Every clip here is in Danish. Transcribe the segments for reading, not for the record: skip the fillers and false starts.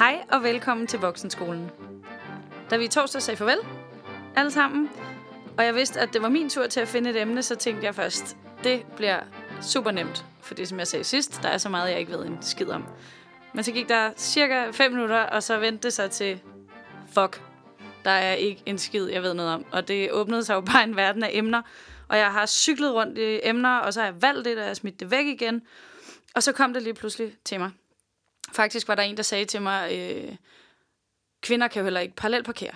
Hej og velkommen til Voksenskolen. Da vi i torsdag sagde farvel, alle sammen, og jeg vidste, at det var min tur til at finde et emne, så tænkte jeg først, det bliver super nemt. Fordi som jeg sagde sidst, der er så meget, jeg ikke ved en skid om. Men så gik der cirka 5 minutter, og så vendte det sig til, fuck, der er ikke en skid, jeg ved noget om. Og det åbnede sig jo bare en verden af emner, og jeg har cyklet rundt i emner, og så har jeg valgt det, og jeg smidt det væk igen. Og så kom det lige pludselig til mig. Faktisk var der en, der sagde til mig, kvinder kan jo heller ikke parallelparkere.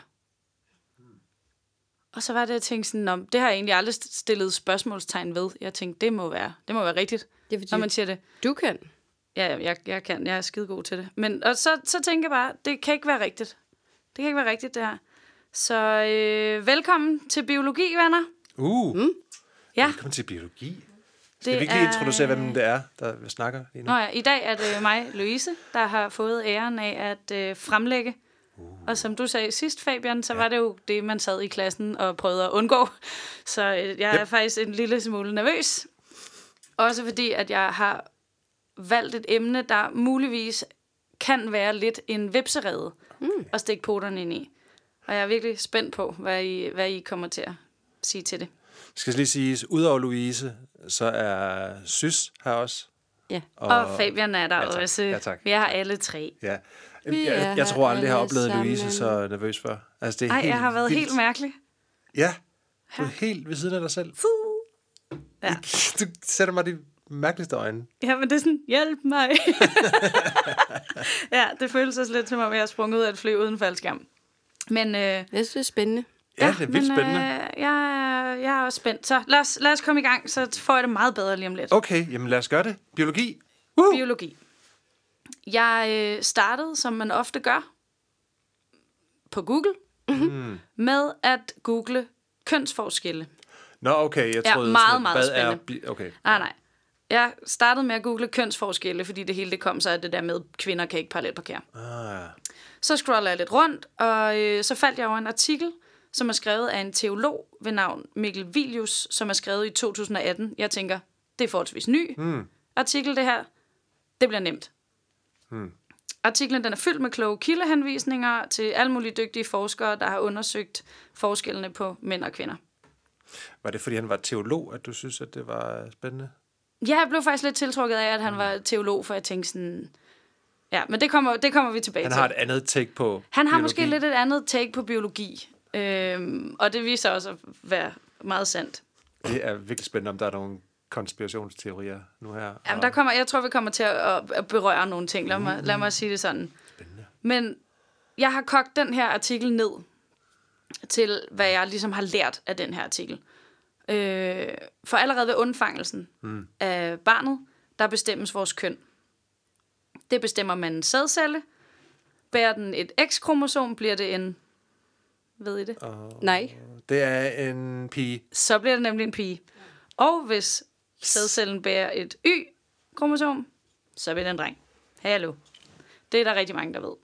Og så var det, jeg tænkte sådan, det har jeg egentlig aldrig stillet spørgsmålstegn ved. Jeg tænkte, det må være rigtigt, det er fordi, når man siger det. Du kan. Ja, jeg kan. Jeg er skidegod til det. Men, og så tænker jeg bare, det kan ikke være rigtigt. Det kan ikke være rigtigt, det her. Så velkommen til biologi, venner. Ja. Velkommen til biologi. Skal vi ikke lige introducere, hvem det er, der snakker lige nu? Nå ja, i dag er det mig, Louise, der har fået æren af at fremlægge. Og som du sagde sidst, Fabian, så var det jo det, man sad i klassen og prøvede at undgå. Så jeg er faktisk en lille smule nervøs. Også fordi, at jeg har valgt et emne, der muligvis kan være lidt en vipserede at stikke poterne ind i. Og jeg er virkelig spændt på, hvad I kommer til at sige til det. Skal lige sige, udover Louise, så er Sys her også. Ja. Og Fabian er der ja, også. Ja, tak. Vi har alle tre. Ja. Jeg tror aldrig, jeg har oplevet Louise så nervøs før. Altså, det er jeg har været vildt. helt mærkelig. Ja, du er helt ved siden af dig selv. Ja. Du sætter mig de mærkeligste øjne. Ja, men det er sådan, hjælp mig. Ja, det føles også lidt som om, jeg er sprunget ud af et fly uden faldskærm. Men jeg synes, det er spændende. Ja, det er vildt spændende. Jeg er også spændt. Så lad os komme i gang, så får jeg det meget bedre lige om lidt. Okay, jamen lad os gøre det. Biologi. Biologi. Jeg startede, som man ofte gør, på Google, med at google kønsforskelle. Nå, okay, jeg troede... meget spændende. Okay. Nej. Jeg startede med at google kønsforskelle, fordi det hele det kom så af det der med, at kvinder kan ikke parallelparkere. Så scroller jeg lidt rundt, og så faldt jeg over en artikel, som er skrevet af en teolog ved navn Mikkel Vilius, som er skrevet i 2018. Jeg tænker, det er forholdsvis ny artikel, det her. Det bliver nemt. Artiklen den er fyldt med kloge kildehenvisninger til alle mulige dygtige forskere, der har undersøgt forskellene på mænd og kvinder. Var det, fordi han var teolog, at du synes, at det var spændende? Ja, jeg blev faktisk lidt tiltrukket af, at han var teolog, for jeg tænkte sådan... Ja, men det kommer vi tilbage til. Han har et andet take på Han har biologi. måske lidt et andet take på biologi. Og det viser også at være meget sandt. Det er virkelig spændende, om der er nogle konspirationsteorier nu her. Jamen, jeg tror, vi kommer til at berøre nogle ting. Lad mig sige det sådan. Spændende. Men jeg har kogt den her artikel ned til, hvad jeg ligesom har lært af den her artikel. For allerede ved undfangelsen af barnet, der bestemmes vores køn. Det bestemmer man en sædcelle. Bærer den et X-kromosom, bliver det en... Ved I det? Nej. Det er en pige. Så bliver det nemlig en pige. Og hvis sædcellen bærer et Y-kromosom, så bliver det en dreng. Hallo. Det er der rigtig mange, der ved.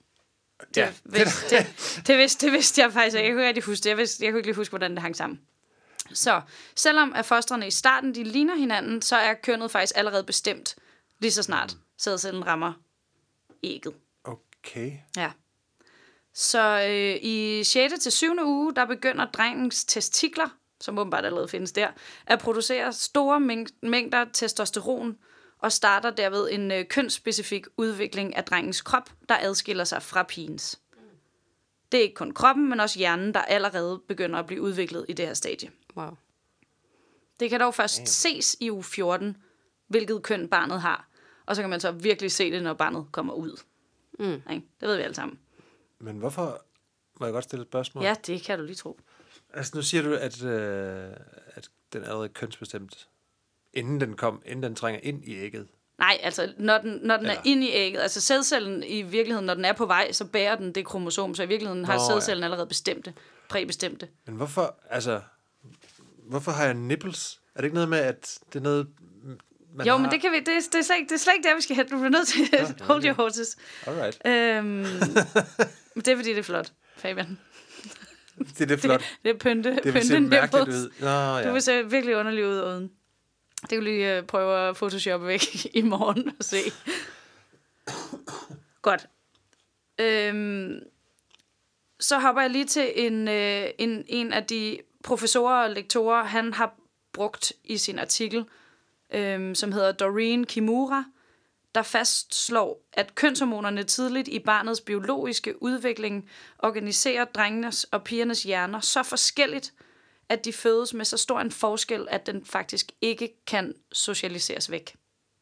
Det vidste jeg faktisk ikke. Jeg kunne ikke rigtig huske det. Jeg kunne ikke lige huske, hvordan det hang sammen. Så selvom at fostrene i starten de ligner hinanden, så er kønnet faktisk allerede bestemt, lige så snart sædcellen rammer ægget. Okay. Ja. Så i 6. til 7. uge, der begynder drengens testikler, som åbenbart allerede findes der, at producere store mængder testosteron, og starter derved en kønsspecifik udvikling af drengens krop, der adskiller sig fra pigens. Det er ikke kun kroppen, men også hjernen, der allerede begynder at blive udviklet i det her stadie. Wow. Det kan dog først ses i uge 14, hvilket køn barnet har. Og så kan man så virkelig se det, når barnet kommer ud. Det ved vi alle sammen. Men hvorfor... Må jeg godt stille et spørgsmål? Ja, det kan du lige tro. Altså, nu siger du, at den er allerede kønsbestemt, inden den trænger ind i ægget. Nej, altså, når den er inde i ægget, altså sædcellen i virkeligheden, når den er på vej, så bærer den det kromosom, så i virkeligheden har sædcellen allerede præbestemte. Men hvorfor har jeg nipples? Er det ikke noget med, at det er noget... Men det kan vi, det er slet ikke der, vi skal have. Du bliver nødt til at hold your horses. Alright. Det er fordi, det er flot, Fabian. Det er flot. Det er pynte. Det vil se mærkeligt ud. Nå, ja. Du vil se virkelig underlig ud uden. Det kan du lige prøve at photoshoppe væk i morgen og se. Godt. Så hopper jeg lige til en af de professorer og lektorer, han har brugt i sin artikel, som hedder Doreen Kimura, der fastslår, at kønshormonerne tidligt i barnets biologiske udvikling organiserer drengenes og pigernes hjerner så forskelligt, at de fødes med så stor en forskel, at den faktisk ikke kan socialiseres væk.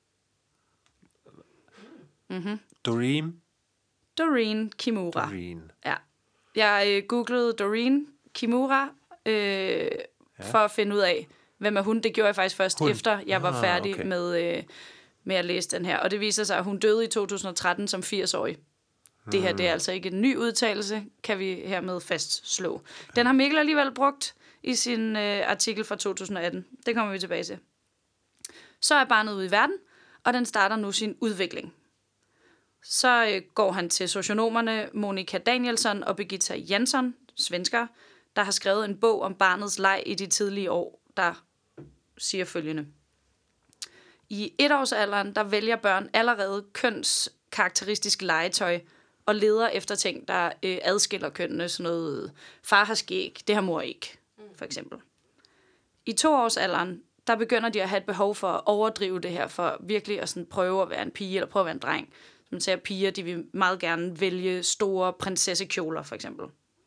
Mm-hmm. Doreen Kimura. Ja. Jeg googlede Doreen Kimura for at finde ud af, hvem er hun. Det gjorde jeg faktisk først efter jeg var færdig med at læse den her. Og det viser sig, at hun døde i 2013 som 80-årig. Det her, det er altså ikke en ny udtalelse, kan vi hermed fastslå. Den har Mikkel alligevel brugt i sin artikel fra 2018. Det kommer vi tilbage til. Så er barnet ude i verden, og den starter nu sin udvikling. Så går han til socionomerne Monica Danielsson og Birgitta Jansson, svenskere, der har skrevet en bog om barnets leg i de tidlige år, der siger følgende. I 1-årsalderen, der vælger børn allerede kønskarakteristisk legetøj og leder efter ting, der adskiller kønnene. Sådan noget, far har skæg, det har mor ikke, for eksempel. I 2-årsalderen, der begynder de at have et behov for at overdrive det her, for virkelig at sådan prøve at være en pige eller prøve at være en dreng. Som man siger, piger, de vil meget gerne vælge store prinsessekjoler, for eksempel.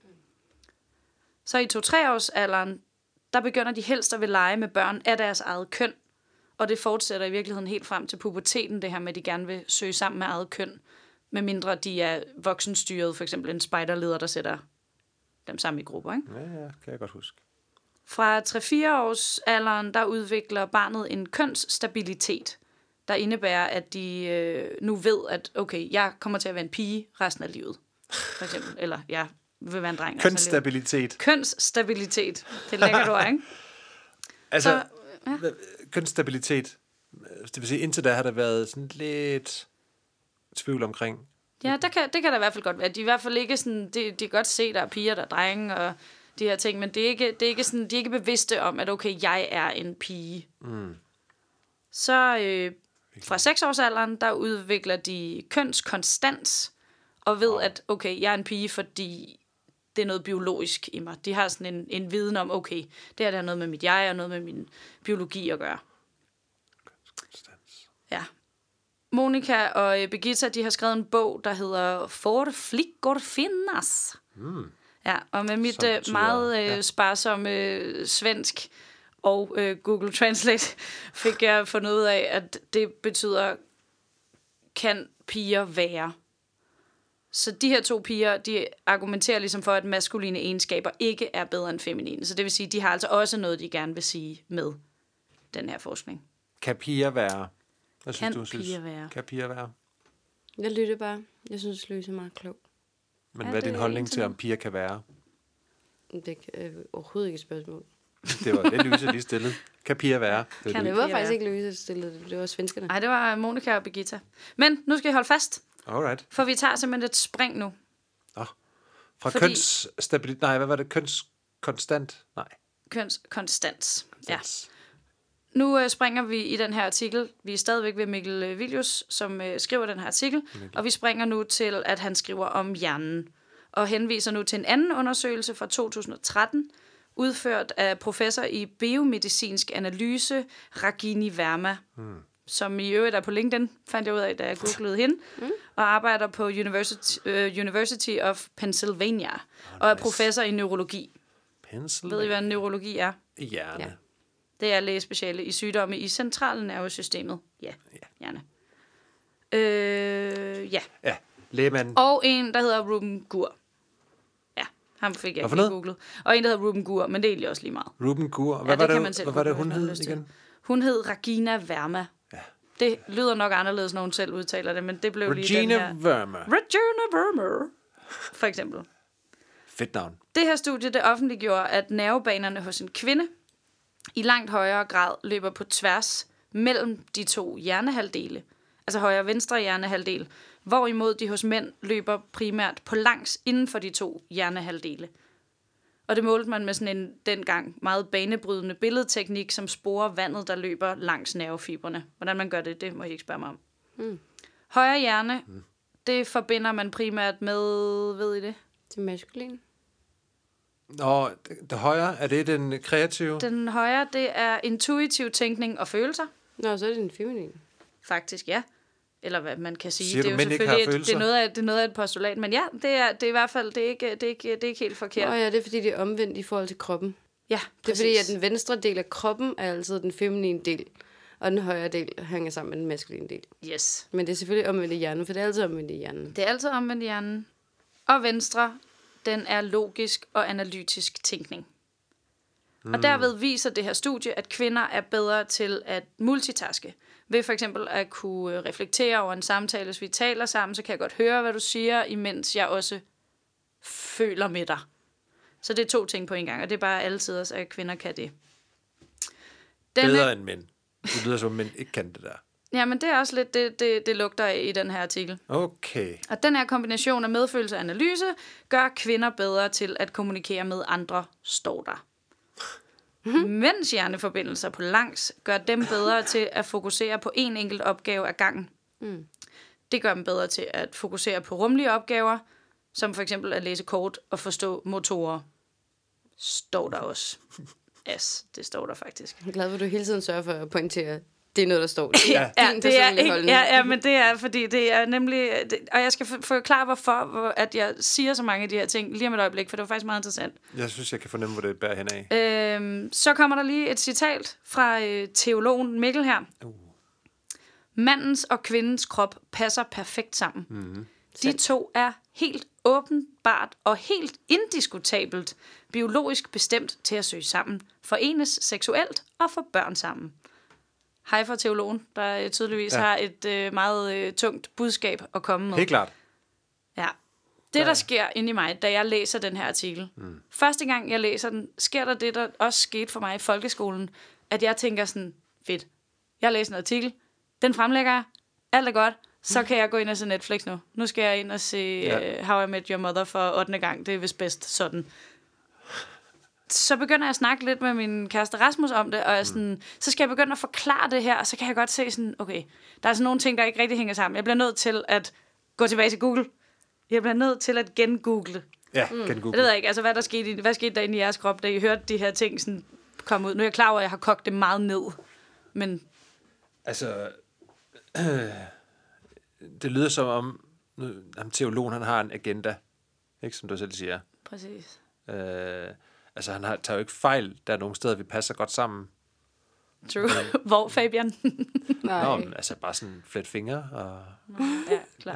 Så i 2-3-årsalderen, der begynder de helst at vil lege med børn af deres eget køn. Og det fortsætter i virkeligheden helt frem til puberteten, det her med, at de gerne vil søge sammen med eget køn. Medmindre de er voksenstyret, for eksempel en spejderleder, der sætter dem sammen i grupper. Ikke? Ja, kan jeg godt huske. Fra 3-4-årsalderen, der udvikler barnet en kønsstabilitet, der indebærer, at de nu ved, at okay, jeg kommer til at være en pige resten af livet. For eksempel. Eller jeg vil være en dreng. Kønsstabilitet. Kønsstabilitet. Det er lækkert ord, ikke? Altså, kønsstabilitet, det vil sige, indtil da har der været sådan lidt tvivl omkring. Ja, det kan der i hvert fald godt være. De er i hvert fald ikke sådan, de kan godt se, der er piger, der er drenge og de her ting, men det er ikke sådan, de er ikke bevidste om, at okay, jeg er en pige. Så fra 6-årsalderen, der udvikler de kønskonstant og ved, at okay, jeg er en pige, fordi det er noget biologisk i mig. De har sådan en viden om, okay, det her har noget med mit jeg og noget med min biologi at gøre. Ja. Monica og Birgitta, de har skrevet en bog, der hedder For flickor finnas. Ja, og med mit meget sparsomme svensk og Google Translate fik jeg fundet ud af, at det betyder, kan piger være. Så de her 2 piger, de argumenterer ligesom for, at maskuline egenskaber ikke er bedre end feminine. Så det vil sige, de har altså også noget, de gerne vil sige med den her forskning. Kan piger være? Hvad kan synes du, piger være? Kan piger være? Jeg lytter bare. Jeg synes, Louise er meget klog. Men hvad er din holdning til, om piger kan være? Det er overhovedet ikke et spørgsmål. Det var det, Louise lige stillede. Kan piger være? Det var faktisk ikke Louise, der stillede det. Det var svenskerne. Nej, det var Monica og Birgitta. Men nu skal I holde fast. Alright. For vi tager simpelthen et spring nu. Fra kønsstabilitet. Nej, hvad var det? Kønskonstant? Nej. Kønskonstant. Ja. Nu springer vi i den her artikel. Vi er stadigvæk ved Mikkel Vilius, som skriver den her artikel. Og vi springer nu til, at han skriver om hjernen. Og henviser nu til en anden undersøgelse fra 2013, udført af professor i biomedicinsk analyse, Ragini Verma, som i øvrigt er på LinkedIn, fandt jeg ud af, da jeg googlede hende, og arbejder på University of Pennsylvania, og er professor i neurologi. Ved I, hvad neurologi er? Hjerne. Ja. Det er lægespeciale i sygdomme i centralnervesystemet. Ja, hjerne. Ja, lægemanden. Og en, der hedder Ruben Gur. Ja, ham fik jeg ikke googlet. Og en, der hedder Ruben Gur, men det er egentlig også lige meget. Ruben Gur. Hvad var det, hun hed igen? Hun hed Regina Verma. Ja. Det lyder nok anderledes, når hun selv udtaler det, men det blev lige den her. Regina Verma. For eksempel. Fedt navn. Det her studie, det offentliggjorde, at nervebanerne hos en kvinde i langt højere grad løber på tværs mellem de 2 hjernehalvdele. Altså højre og venstre hjernehalvdel. Hvorimod de hos mænd løber primært på langs inden for de 2 hjernehalvdele. Og det målte man med sådan en dengang meget banebrydende billedteknik, som sporer vandet, der løber langs nervefibrene. Hvordan man gør det, det må I ikke spørge mig om. Højre hjerne, det forbinder man primært med, ved I det? Det er maskulin. Nå, det højre, er det den kreative? Den højre, det er intuitiv tænkning og følelser. Nå, så er det den feminin. Faktisk, ja. Eller hvad man kan sige. Siger det er du, jo mænd ikke har selvfølgelig følelser? det er noget af et postulat. Men ja, det er i hvert fald, det er ikke helt forkert. Nå ja, det er fordi, det er omvendt i forhold til kroppen. Ja, Det er fordi, at den venstre del af kroppen er altid den feminine del, og den højre del hænger sammen med den maskuline del. Yes. Men det er selvfølgelig omvendt i hjernen, for det er altid omvendt i hjernen. Det er altid omvendt i hjernen. Og venstre, den er logisk og analytisk tænkning. Og derved viser det her studie, at kvinder er bedre til at multitaske. Ved for eksempel at kunne reflektere over en samtale. Hvis vi taler sammen, så kan jeg godt høre, hvad du siger, imens jeg også føler med dig. Så det er 2 ting på en gang, og det er bare altid, at kvinder kan det. Bedre end mænd. Det lyder som, at mænd ikke kan det der. Ja, men det er også lidt det lugter af i den her artikel. Okay. Og den her kombination af medfølelse og analyse gør kvinder bedre til at kommunikere med andre, står der. Mænds hjerneforbindelser på langs gør dem bedre til at fokusere på en enkelt opgave ad gangen. Det gør dem bedre til at fokusere på rumlige opgaver, som for eksempel at læse kort og forstå motorer. Står der også. Det står der faktisk. Jeg er glad for, at du hele tiden sørger for at pointere, det er noget, der står. Ja. Det er ikke, men det er, fordi det er nemlig... og jeg skal forklare, hvorfor at jeg siger så mange af de her ting lige om et øjeblik, for det var faktisk meget interessant. Jeg synes, jeg kan fornemme, hvor det bærer hen af. Så kommer der lige et citat fra teologen Mikkel her. Mandens og kvindens krop passer perfekt sammen. Mm-hmm. De 2 er helt åbenbart og helt indiskutabelt biologisk bestemt til at søge sammen, forenes seksuelt og få børn sammen. Hej for teologen, der tydeligvis har et meget tungt budskab at komme med. Helt klart. Ja. Det, der sker inde i mig, da jeg læser den her artikel. Første gang, jeg læser den, sker der det, der også skete for mig i folkeskolen, at jeg tænker sådan, fedt, jeg læser en artikel, den fremlægger jeg, alt er godt, så kan jeg gå ind og se Netflix nu. Nu skal jeg ind og se How I Met Your Mother for 8. gang, det er vist bedst sådan. Så begynder jeg at snakke lidt med min kæreste Rasmus om det, og sådan, så skal jeg begynde at forklare det her, og så kan jeg godt se sådan, okay, der er sådan nogle ting, der ikke rigtig hænger sammen. Jeg bliver nødt til at gå tilbage til Google. Jeg bliver nødt til at gengoogle. Ja, gengoogle. Jeg ved ikke, altså hvad skete der inde i jeres krop, da I hørte de her ting sådan komme ud? Nu er jeg klar over, at jeg har kogt det meget ned, men... Altså, det lyder som om, teologen, han har en agenda, ikke, som du selv siger. Præcis. Altså, han tager jo ikke fejl. Der er nogle steder, vi passer godt sammen. True. Hvor, Fabian? Nej. Nå, men, altså bare sådan flet fingre. Og, ja, klar.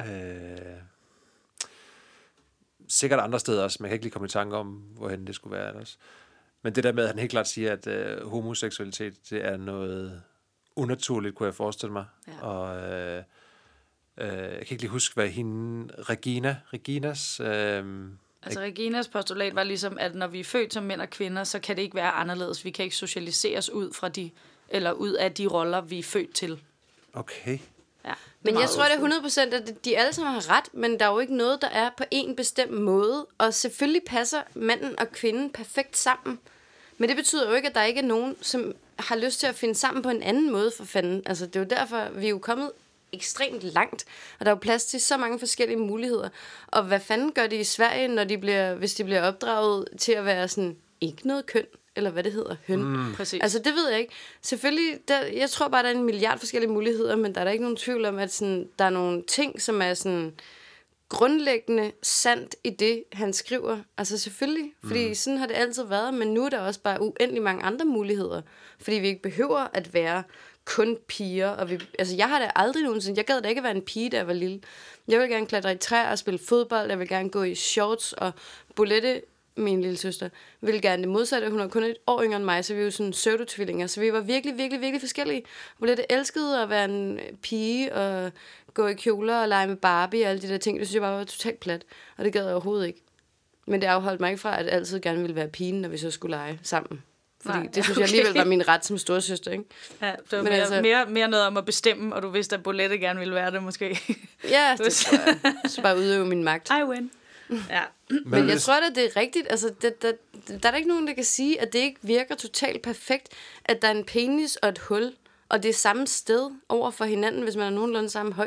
Sikkert andre steder også. Man kan ikke lige komme i tanke om, hvorhen det skulle være ellers. Men det der med, at han helt klart siger, at homoseksualitet, det er noget unaturligt, kunne jeg forestille mig. Ja. Og jeg kan ikke lige huske, hvad Reginas... Altså Reginas postulat var ligesom, at når vi er født som mænd og kvinder, så kan det ikke være anderledes. Vi kan ikke socialiseres ud fra ud af de roller, vi er født til. Okay. Ja, men jeg tror, det er 100%, at de alle sammen har ret, men der er jo ikke noget, der er på en bestemt måde. Og selvfølgelig passer manden og kvinden perfekt sammen. Men det betyder jo ikke, at der ikke er nogen, som har lyst til at finde sammen på en anden måde, for fanden. Altså, det er jo derfor, vi er jo kommet ekstremt langt, og der er jo plads til så mange forskellige muligheder. Og hvad fanden gør de i Sverige, når hvis de bliver opdraget til at være sådan, ikke noget køn, eller hvad det hedder, høn. Præcis. Altså, det ved jeg ikke. Selvfølgelig, jeg tror bare, der er en milliard forskellige muligheder, men der er ikke nogen tvivl om, at sådan, der er nogle ting, som er sådan grundlæggende sandt i det, han skriver. Altså selvfølgelig, fordi sådan har det altid været, men nu er der også bare uendelig mange andre muligheder, fordi vi ikke behøver at være kun piger. Og altså, jeg har da aldrig nogensinde... Jeg gad da ikke at være en pige, da jeg var lille. Jeg vil gerne klatre i træer og spille fodbold. Jeg vil gerne gå i shorts. Og Bolette, min lille søster, ville gerne det modsatte. Hun er kun et år yngre end mig, så vi var sådan pseudotvillinger. Så vi var virkelig, virkelig, virkelig forskellige. Bolette elskede at være en pige og gå i kjoler og lege med Barbie og alle de der ting. Det synes jeg bare var totalt plat. Og det gad jeg overhovedet ikke. Men det afholdt mig ikke fra, at jeg altid gerne ville være pigen, når vi så skulle lege sammen. Fordi det synes jeg alligevel var min ret som storesøster, ikke? Ja, det var mere noget om at bestemme, og du vidste, at Bolette gerne ville være det, måske. Ja, det tror jeg. Så bare udøve min magt. I win. Ja. Men jeg tror da, det er rigtigt. Altså, der er der ikke nogen, der kan sige, at det ikke virker totalt perfekt, at der er en penis og et hul, og det er samme sted over for hinanden, hvis man er nogenlunde samme højde.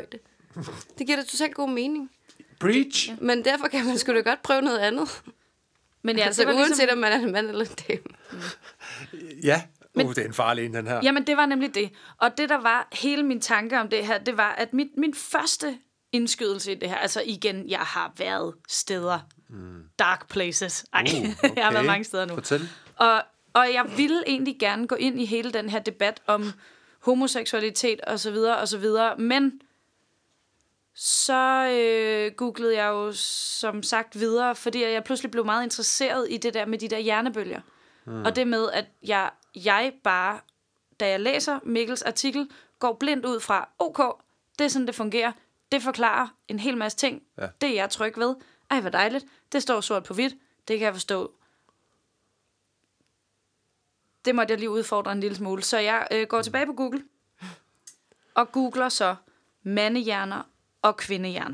Det giver da totalt god mening. Preach! Ja. Men derfor kan man sgu da godt prøve noget andet. Men ja, Altså uanset ligesom... om man er en mand eller en dame. Ja, det er en farlig en, den her. Jamen, det var nemlig det. Og det, der var hele min tanke om det her, det var, at min første indskydelse i det her, altså igen, jeg har været steder. Dark places. Ej, okay. Jeg har været mange steder nu. Fortæl. Og jeg ville egentlig gerne gå ind i hele den her debat om homoseksualitet og så videre og så videre, men så googlede jeg jo som sagt videre, fordi jeg pludselig blev meget interesseret i det der med de der hjernebølger. Og det med, at jeg bare, da jeg læser Mikkels artikel, går blindt ud fra, okay, det er sådan, det fungerer. Det forklarer en hel masse ting. Ja. Det er jeg tryg ved. Ej, hvor dejligt. Det står sort på hvidt. Det kan jeg forstå. Det måtte jeg lige udfordre en lille smule. Så jeg går tilbage på Google og googler så mandehjerner og kvindehjerner.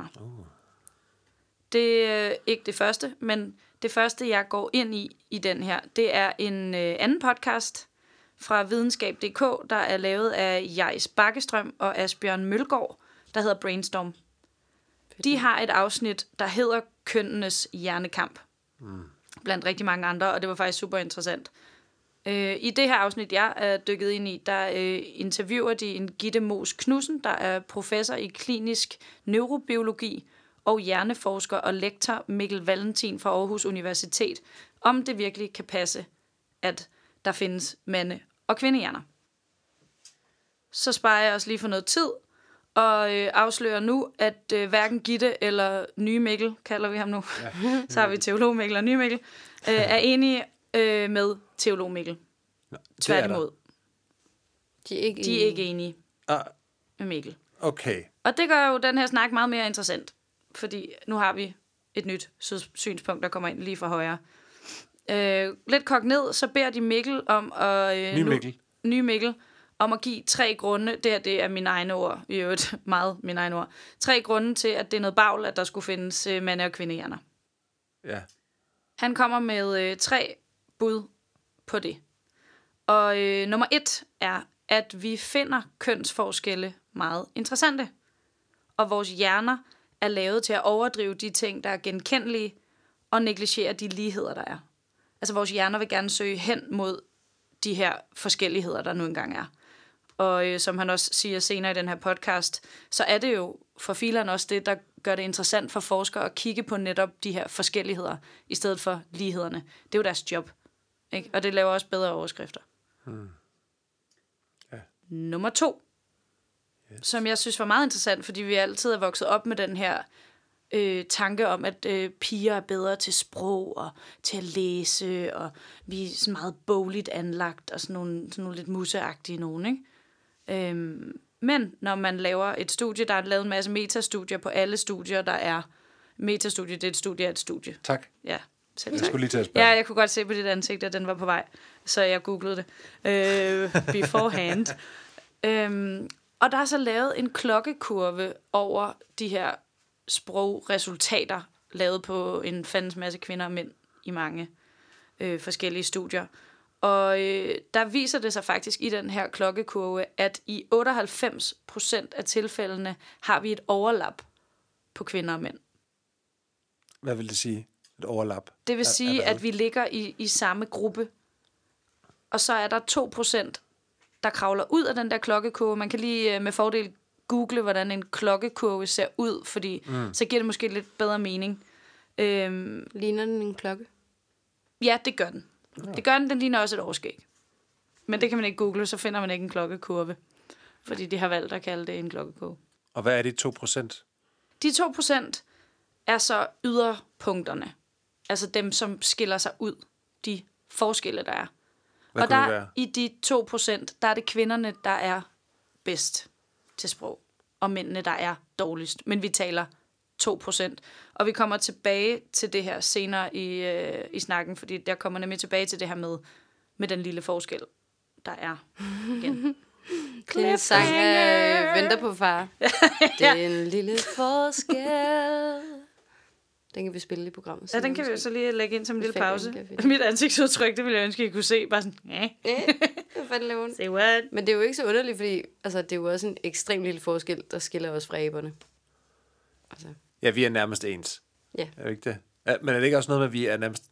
Det er ikke det første, men det første, jeg går ind i den her, det er en anden podcast fra videnskab.dk, der er lavet af Jais Bakkestrøm og Asbjørn Mølgaard, der hedder Brainstorm. De har et afsnit, der hedder Kønnenes hjernekamp. Blandt rigtig mange andre, og det var faktisk super interessant. I det her afsnit, jeg er dykket ind i, der interviewer de en Gitte Moos Knudsen, der er professor i klinisk neurobiologi og hjerneforsker og lektor Mikkel Valentin fra Aarhus Universitet, om det virkelig kan passe, at der findes mande- og kvindehjerner. Så sparer jeg os lige for noget tid, og afslører nu, at hverken Gitte eller nye Mikkel, kalder vi ham nu, så har vi teolog Mikkel og nye Mikkel, er enige med teolog Mikkel. Tværtimod. De er ikke enige med Mikkel. Okay. Og det gør jo den her snak meget mere interessant, fordi nu har vi et nyt synspunkt, der kommer ind lige fra højre. Lidt kogt ned, så beder de Mikkel om at... Nye Mikkel om at give 3 grunde. Det her, det er mine egne ord. I øvrigt meget mine egne ord. 3 grunde til, at det er noget bagl, at der skulle findes mande- og kvindehjerner. Ja. Han kommer med 3 bud på det. Og nummer 1 er, at vi finder kønsforskelle meget interessante. Og vores hjerner er lavet til at overdrive de ting, der er genkendelige, og negligere de ligheder, der er. Altså vores hjerner vil gerne søge hen mod de her forskelligheder, der nu engang er. Og som han også siger senere i den her podcast, så er det jo for filerne også det, der gør det interessant for forskere at kigge på netop de her forskelligheder, i stedet for lighederne. Det er jo deres job. Ikke? Og det laver også bedre overskrifter. Ja. Nummer 2, som jeg synes var meget interessant, fordi vi altid er vokset op med den her tanke om, at piger er bedre til sprog og til at læse, og vi er sådan meget bogligt anlagt, og sådan nogle lidt museagtige nogen, ikke? Men når man laver et studie, der er lavet en masse metastudier på alle studier, der er metastudie, det er et studie af et studie. Tak. Ja, selv jeg tak. skulle lige til at spørge. Ja, jeg kunne godt se på dit ansigt, at den var på vej, så jeg googlede det beforehand. Og der er så lavet en klokkekurve over de her sprogresultater, lavet på en fandens masse kvinder og mænd i mange forskellige studier. Og der viser det sig faktisk i den her klokkekurve, at i 98% af tilfældene har vi et overlap på kvinder og mænd. Hvad vil det sige? Et overlap? Det vil sige, at vi ligger i samme gruppe. Og så er der 2%, der kravler ud af den der klokkekurve. Man kan lige med fordel google, hvordan en klokkekurve ser ud, fordi så giver det måske lidt bedre mening. Ligner den en klokke? Ja, det gør den. Ja. Det gør den. Den ligner også et overskæg. Men det kan man ikke google, så finder man ikke en klokkekurve. Fordi de har valgt at kalde det en klokkekurve. Og hvad er de 2%? De 2% er så yderpunkterne. Altså dem, som skiller sig ud. De forskelle, der er. Hvad og der i de 2%, der er det kvinderne, der er bedst til sprog. Og mændene, der er dårligst. Men vi taler 2%. Og vi kommer tilbage til det her senere i snakken, fordi der kommer nemlig tilbage til det her med den lille forskel, der er igen. Det er en sang af Venter på far. Det er en lille forskel. Den kan vi spille i programmet. Ja, den kan vi så lige lægge ind som en lille pause. Mit ansigtsudtryk, det ville jeg ønske, I kunne se. Bare sådan, hvad fanden laver hun? Say what? Men det er jo ikke så underligt, fordi altså, det er jo også en ekstrem lille forskel, der skiller os fra aberne. Altså, Ja, vi er nærmest ens. ja. Er det ikke det? Men er det ikke også noget med, at vi er nærmest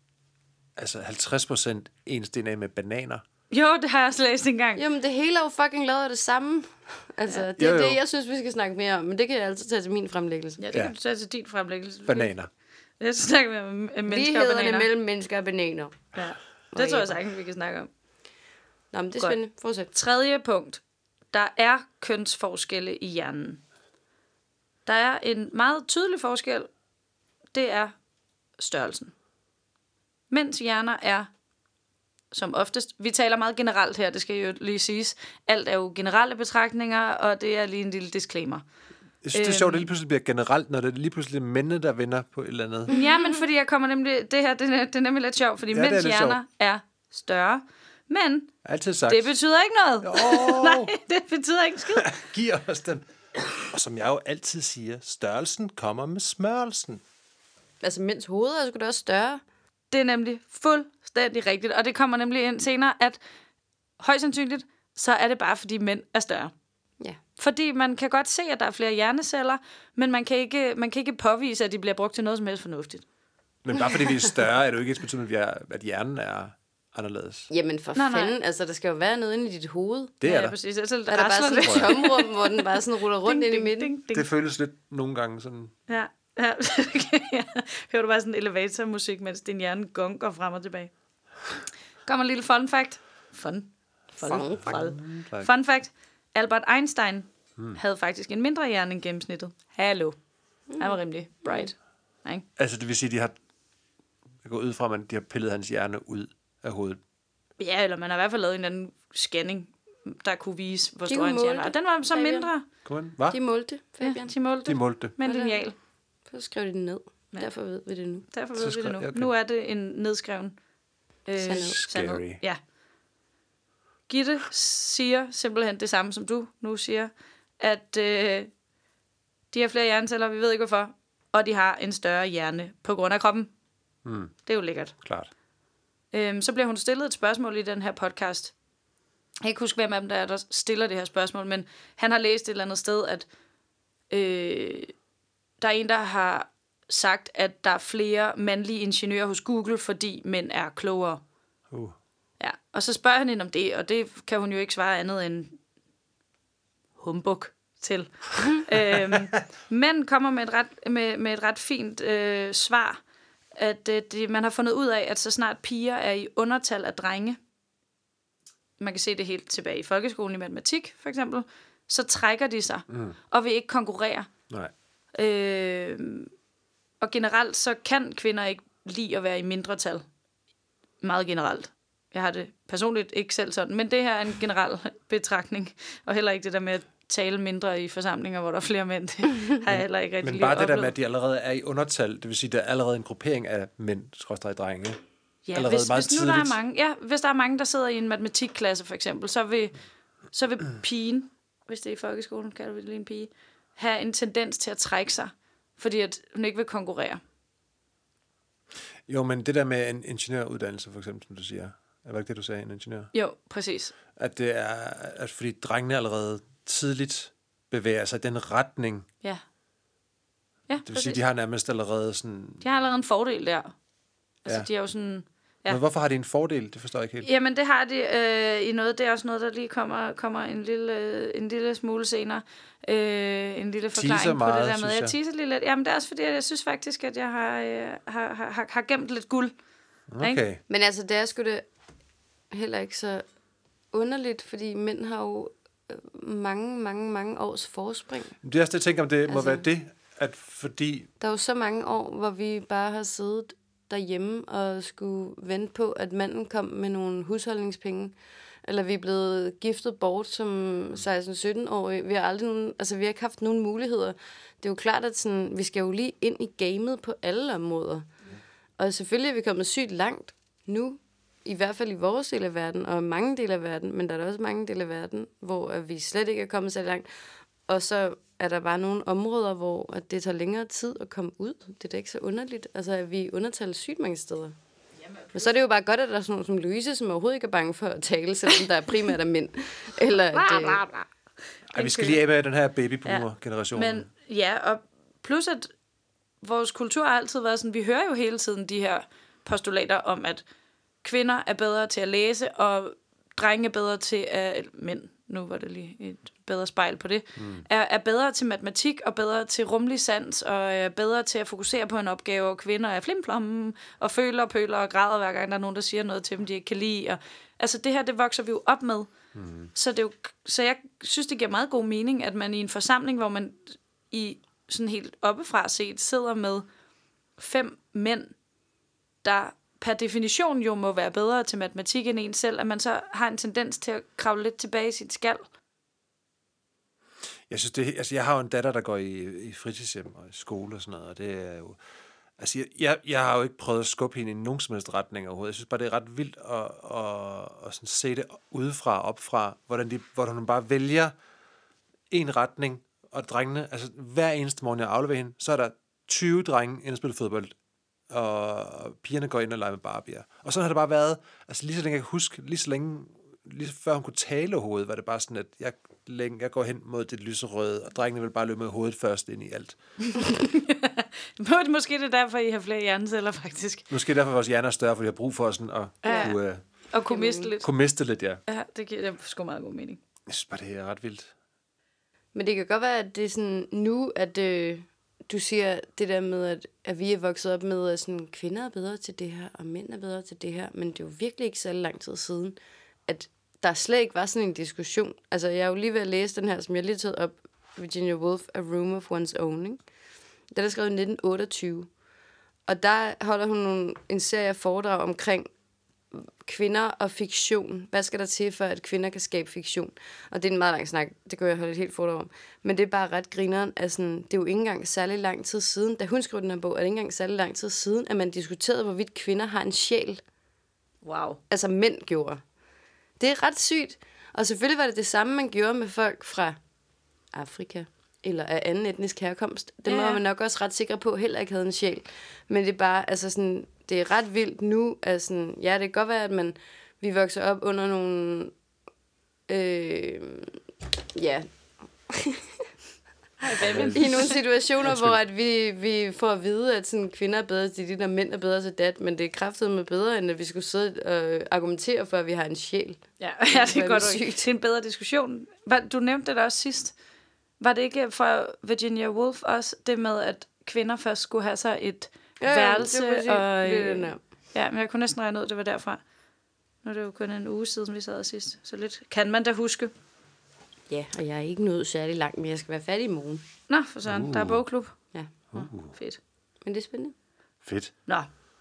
50% ens DNA med bananer? Jo, det har jeg også læst engang. Jamen, det hele er jo fucking lavet af det samme. Altså, det er det, jeg synes, vi skal snakke mere om. Men det kan jeg altid tage til min fremlæggelse. Ja, det kan du tage til din fremlæggelse. Bananer. Jeg skal snakke med mennesker og Lighederne bananer. mellem mennesker og bananer. Ja. Det tror jeg sagtens, vi kan snakke om. Nå, men det er Godt. spændende. Fortsæt. Tredje punkt. Der er kønsforskelle i hjernen. Der er en meget tydelig forskel. Det er størrelsen. Mænds hjerner er som oftest. Vi taler meget generelt her, det skal jo lige siges. Alt er jo generelle betragtninger, og det er lige en lille disclaimer. Jeg synes, det er sjovt, at det lige pludselig bliver generelt, når det er lige pludselig mændene, der vinder på et eller andet. Ja, men fordi jeg kommer nemlig... Det her, det er nemlig lidt sjovt, fordi mænds hjerner er større. Men Altid sagt. det betyder ikke noget. Nej, det betyder ikke skid. Giv os den. Og som jeg jo altid siger, størrelsen kommer med smørelsen. Altså, mænds hoveder er sgu da også større. Det er nemlig fuldstændig rigtigt, og det kommer nemlig ind senere, at højst sandsynligt, så er det bare, fordi mænd er større. Ja. Fordi man kan godt se, at der er flere hjerneceller, men man kan ikke påvise, at de bliver brugt til noget som helst fornuftigt. Men bare fordi vi er større, er det jo ikke et betydning, at hjernen er anderledes. Jamen for fanden, altså der skal jo være noget inde i dit hoved. Det er der. Præcis. Altså, Er der bare sådan et tomrum, hvor den bare sådan ruller rundt ind i midten? Det føles lidt nogle gange sådan. Ja. Hører du bare sådan elevatormusik, mens din hjerne gonker frem og tilbage. Kommer en lille fun fact. Fun fact. Albert Einstein havde faktisk en mindre hjerne end gennemsnittet. Hallo. Han var rimelig bright. Nej? Altså det vil sige, jeg går ud fra, at de har pillet hans hjerne ud af hovedet. Ja, eller man har i hvert fald lavet en anden scanning, der kunne vise, hvor De stor hans hjerne var. målte, Og den var så Fabian. mindre. Hvad? De målte, Fabian. Ja, de målte. Med en lineal. Så skrev de den ned. Ja. Derfor ved vi det nu. Derfor ved vi det nu. Okay. Nu er det en nedskreven Sandhed. Scary. Ja. Gitte siger simpelthen det samme, som du nu siger, at de har flere hjerneceller, vi ved ikke hvorfor, og de har en større hjerne på grund af kroppen. Det er jo lækkert. Klart. Så bliver hun stillet et spørgsmål i den her podcast. Jeg kan ikke huske, hvem af dem der stiller det her spørgsmål, men han har læst et eller andet sted, at der er en, der har sagt, at der er flere mandlige ingeniører hos Google, fordi mænd er klogere. Ja, og så spørger han hende om det, og det kan hun jo ikke svare andet end humbug til. Mænd kommer med et ret fint svar, at man har fundet ud af, at så snart piger er i undertal af drenge, man kan se det helt tilbage i folkeskolen i matematik, for eksempel, så trækker de sig, og vil ikke konkurrere. Nej. Og generelt, så kan kvinder ikke lide at være i mindretal. Meget generelt. Jeg har det personligt ikke selv sådan, men det her er en generel betragtning, og heller ikke det der med at tale mindre i forsamlinger, hvor der er flere mænd. Det har jeg heller ikke rigtig Men bare det oplevet. der med, at de allerede er i undertal, det vil sige, at der er allerede en gruppering af mænd/drenge. Ja, allerede hvis meget nu der er tidligt. mange, hvis der er mange, der sidder i en matematikklasse for eksempel, så vil pigen, hvis det er i folkeskolen, kan du lige en pige, have en tendens til at trække sig, fordi at hun ikke vil konkurrere. Jo, men det der med en ingeniøruddannelse, for eksempel, som du siger, er det ikke det, du sagde, en ingeniør? Jo, præcis. At det er, at fordi drengene allerede tidligt bevæger sig i den retning, Ja, det vil sige, de har nærmest allerede sådan... De har allerede en fordel der. Altså, Ja. de er jo sådan... Ja. Men hvorfor har de en fordel? Det forstår jeg ikke helt. Jamen, det har de i noget. Det er også noget, der lige kommer en lille smule senere. En lille forklaring meget, på det der med. synes Jeg jeg. teaser lige lidt. Jamen, det er også fordi, jeg synes faktisk, at jeg har gemt lidt guld. Okay. Ikke? Men altså, det er sgu da heller ikke så underligt, fordi mænd har jo mange års forspring. Det er også det, jeg tænker, om det må Altså- være det, at fordi... Der er jo så mange år, hvor vi bare har siddet derhjemme og skulle vente på, at manden kom med nogle husholdningspenge. Eller vi er blevet giftet bort som 16-17-årige. Vi har ikke haft nogen muligheder. Det er jo klart, at sådan, vi skal jo lige ind i gamet på alle områder. Og selvfølgelig er vi kommet sygt langt nu, i hvert fald i vores del af verden, og mange dele af verden, men der er da også mange dele af verden, hvor vi slet ikke er kommet så langt. Og så er der bare nogle områder, hvor at det tager længere tid at komme ud. Det er da ikke så underligt. Altså, at vi undertaler sygt mange steder. Men så er det jo bare godt, at der er sådan nogle som Louise, som overhovedet ikke er bange for at tale, selvom der er primært af mænd. Eller at, Ej, vi skal lige af med den her babyboomer-generation. Men ja, og Plus at vores kultur har altid været sådan, vi hører jo hele tiden de her postulater om, at kvinder er bedre til at læse, og drenge er bedre til at... Mænd, nu var det lige et bedre spejl på det, er bedre til matematik, og bedre til rumlig sans, og er bedre til at fokusere på en opgave, og kvinder er flimflomme, og føler og pøler og græder, hver gang der er nogen, der siger noget til dem, de ikke kan lide. Og, altså det her, det vokser vi jo op med. Så jeg synes, det giver meget god mening, at man i en forsamling, hvor man i sådan helt oppefra set sidder med 5 mænd, der per definition jo må være bedre til matematik end en selv, at man så har en tendens til at kravle lidt tilbage i sit skal. Jeg synes jeg har jo en datter, der går i fritidshjem og i skole og sådan noget, og det er jo... Altså, jeg har jo ikke prøvet at skubbe hende i nogen som helst retning overhovedet. Jeg synes bare, det er ret vildt at sådan se det udefra og opfra, hvor hun bare vælger en retning, og drengene, altså hver eneste morgen, jeg afleverer hende, så er der 20 drenge inde og spille fodbold, og pigerne går ind og leger med Barbier. Og sådan har det bare været, altså lige så længe jeg kan huske, lige før hun kunne tale overhovedet, var det bare sådan, at jeg går hen mod det lyserøde, og drengene vil bare løbe med hovedet først ind i alt. Måske det er derfor, I har flere hjerneceller, faktisk. Måske derfor, vores hjerner er større, fordi jeg har brug for sådan at kunne miste lidt. Kunne miste lidt, ja. Ja, det giver sgu meget god mening. Jeg synes bare, det er ret vildt. Men det kan godt være, at det er sådan nu, at du siger det der med, at vi er vokset op med, at sådan, kvinder er bedre til det her, og mænd er bedre til det her. Men det er jo virkelig ikke så lang tid siden, at der slet ikke var sådan en diskussion. Altså, jeg er jo lige ved at læse den her, som jeg lige har taget op, Virginia Woolf, A Room of One's Own, ikke? Den er skrevet i 1928. Og der holder hun en serie af foredrag omkring kvinder og fiktion. Hvad skal der til, for at kvinder kan skabe fiktion? Og det er en meget lang snak, det kan jeg holde et helt foredrag om. Men det er bare ret grineren, at sådan, det er jo ikke engang særlig lang tid siden, da hun skrev den her bog, er det ikke engang særlig lang tid siden, at man diskuterede, hvorvidt kvinder har en sjæl. Wow. Altså mænd gjorde. Det er ret sygt. Og selvfølgelig var det samme, man gjorde med folk fra Afrika eller af anden etnisk herkomst. Det var man nok også ret sikker på, heller ikke havde en sjæl. Men det er bare, altså sådan, det er ret vildt nu, at sådan, ja, det kan godt være, at vi vokser op under nogle, i nogle situationer, hvor at vi får at vide, at sådan, kvinder er bedre til det, og mænd er bedre til dat, men det er kraftedeme bedre, end at vi skulle sidde og argumentere for, at vi har en sjæl. Ja, det er godt sygt. Til en bedre diskussion. Du nævnte det også sidst. Var det ikke fra Virginia Woolf også, det med, at kvinder først skulle have sig et værelse? Ja, men jeg kunne næsten regne ud, det var derfra. Nu er det jo kun en uge siden, vi sad sidst. Så lidt kan man da huske. Ja, og jeg er ikke nået særlig langt, men jeg skal være færdig i morgen. Nå, for sådan. Der er bogklub. Ja. Fedt. Men det er spændende. Fedt. Nå.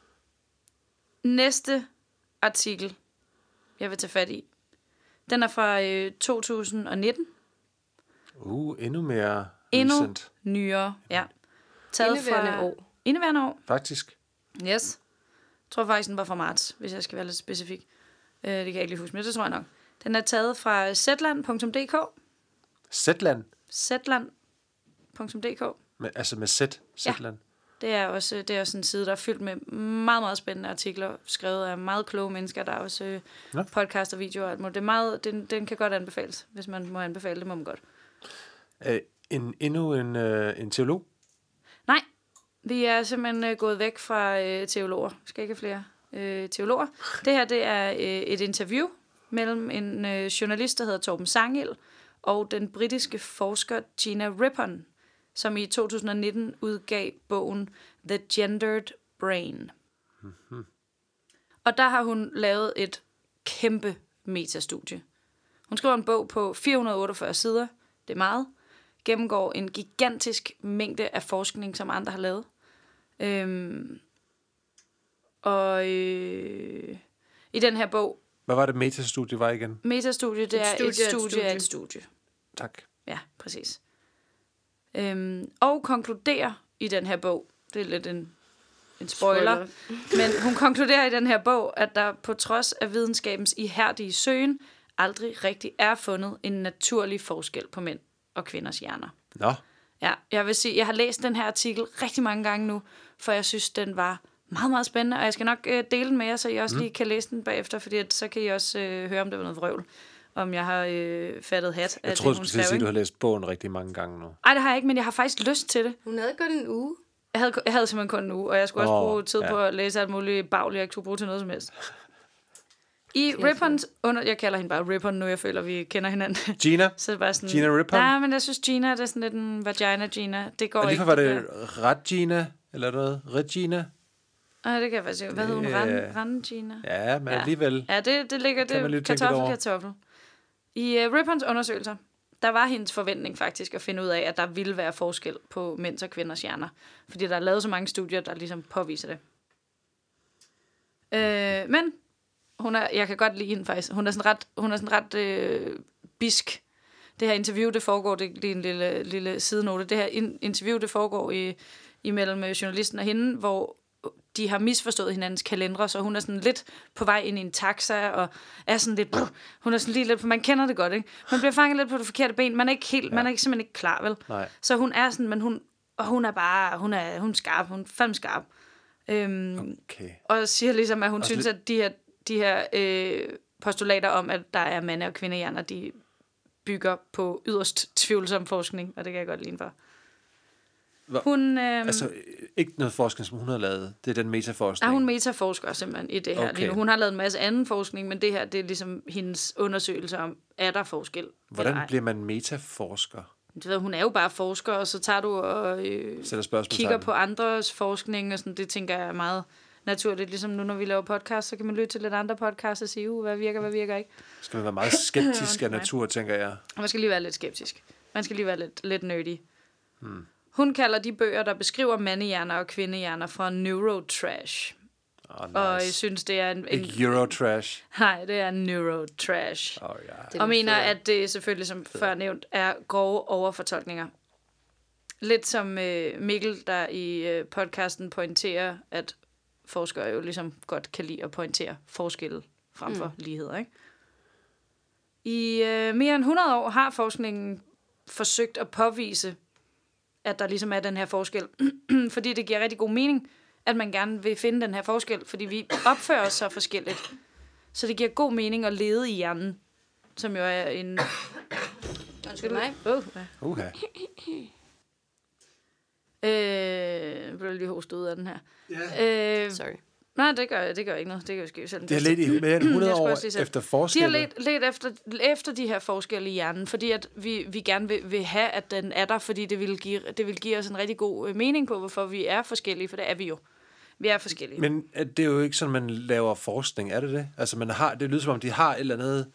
Næste artikel, jeg vil tage fat i, den er fra 2019. Endnu mere endnu recent. Nyere, ja. Indeværende år. Faktisk. Yes. Jeg tror faktisk, den var fra marts, hvis jeg skal være lidt specifik. Det kan jeg ikke lige huske, men det tror jeg nok. Den er taget fra zetland.dk. Zetland? Zetland.dk. Altså med Zetland? Ja, det er også en side, der er fyldt med meget, meget spændende artikler, skrevet af meget kloge mennesker. Der er også podcast og videoer og alt muligt. Det er meget, den kan godt anbefales, hvis man må anbefale det, må man godt. Endnu en teolog? Nej, vi er simpelthen gået væk fra teologer. Vi skal ikke have flere teologer. Det her, det er et interview mellem en journalist, der hedder Torben Sangild, og den britiske forsker Gina Rippon, som i 2019 udgav bogen The Gendered Brain. Mm-hmm. Og der har hun lavet et kæmpe metastudie. Hun skriver en bog på 448 sider, det er meget, gennemgår en gigantisk mængde af forskning, som andre har lavet. I den her bog... Hvad var det metastudie var igen? Metastudie, det er et studie af et studie. Tak. Ja, præcis. Og konkluderer i den her bog, det er lidt en spoiler, men hun konkluderer i den her bog, at der på trods af videnskabens ihærdige søgen, aldrig rigtig er fundet en naturlig forskel på mænd og kvinders hjerner. Nå. Ja, jeg vil sige, jeg har læst den her artikel rigtig mange gange nu, for jeg synes, den var meget, meget spændende, og jeg skal nok dele den med jer, så I også lige kan læse den bagefter, fordi så kan I også høre, om det var noget vrøvl. om jeg har fattet hat. Jeg troede, du skulle sige, at du har læst bogen rigtig mange gange nu. Nej, det har jeg ikke, men jeg har faktisk lyst til det. Hun havde kun en uge. Jeg havde simpelthen kun en uge, og jeg skulle også bruge tid på at læse alt muligt bagligt, jeg ikke skulle bruge til noget som helst. I Rippons jeg kalder hende bare Rippon nu, jeg føler, vi kender hinanden. Gina? Så det bare sådan, Gina Rippon? Nej, men jeg synes, Gina det er sådan lidt en vagina Gina. Det går ikke. Var det Regina, eller noget? Regina? Det kan jeg faktisk ikke. Hvad hedder hun? Rand-Gina? Ja, men alligevel. Ja, det ligger det kartoffel. I Rippons undersøgelser, der var hendes forventning faktisk at finde ud af, at der ville være forskel på mænds og kvinders hjerner. Fordi der er lavet så mange studier, der ligesom påviser det. Men jeg kan godt lide hende faktisk. Hun er sådan ret bisk. Det her interview, det foregår, det er en lille sidenote. Det her interview, det foregår imellem journalisten og hende, hvor de har misforstået hinandens kalendere, så hun er sådan lidt på vej ind i en taxa, og er sådan lidt, hun er sådan lige lidt, for man kender det godt, ikke? Man bliver fanget lidt på det forkerte ben, man er ikke helt, man er simpelthen ikke klar, vel? Nej. Så hun er sådan, men hun er skarp, hun er fandme skarp. Okay. Og siger ligesom, at hun synes, at de her postulater om, at der er mande- og kvindehjerner, de bygger på yderst tvivlsom forskning, og det kan jeg godt lide for. Hun, altså, ikke noget forskning, som hun har lavet. Det er den metaforskning. Hun metaforsker simpelthen i det her. Okay. Hun har lavet en masse anden forskning, men det her, det er ligesom hendes undersøgelse om, er der forskel? Hvordan bliver man metaforsker? Hun er jo bare forsker, og så tager du og kigger på andres forskning, og sådan, det tænker jeg er meget naturligt. Ligesom nu, når vi laver podcast, så kan man lytte til lidt andre podcasts og sige, hvad virker ikke. Skal man være meget skeptisk af natur, tænker jeg. Man skal lige være lidt skeptisk. Man skal lige være lidt nerdy. Hun kalder de bøger, der beskriver mandehjerner og kvindehjerner for neurotrash. Nice. Og jeg synes, det er en Eurotrash. Nej, det er neurotrash. Og mener, at det selvfølgelig, som før nævnt, er grove overfortolkninger. Lidt som Mikkel, der i podcasten pointerer, at forskere jo ligesom godt kan lide at pointere forskelle frem for ligheder, ikke? I mere end 100 år har forskningen forsøgt at påvise, at der ligesom er den her forskel. Fordi det giver rigtig god mening, at man gerne vil finde den her forskel, fordi vi opfører os så forskelligt. Så det giver god mening at lede i hjernen, som jo er en... Undskyld mig. Okay. Jeg blev lige hostet ud af den her. Sorry. Nej, det gør ikke noget. Det kan jo ske selv. Det har let i mere end 100 år efter forskelle. De har let efter de her forskelle i hjernen, fordi at vi gerne vil have, at den er der, fordi det vil give os en rigtig god mening på, hvorfor vi er forskellige, for det er vi jo. Vi er forskellige. Men det er jo ikke sådan, man laver forskning, er det det? Altså, det lyder som om, de har et eller andet...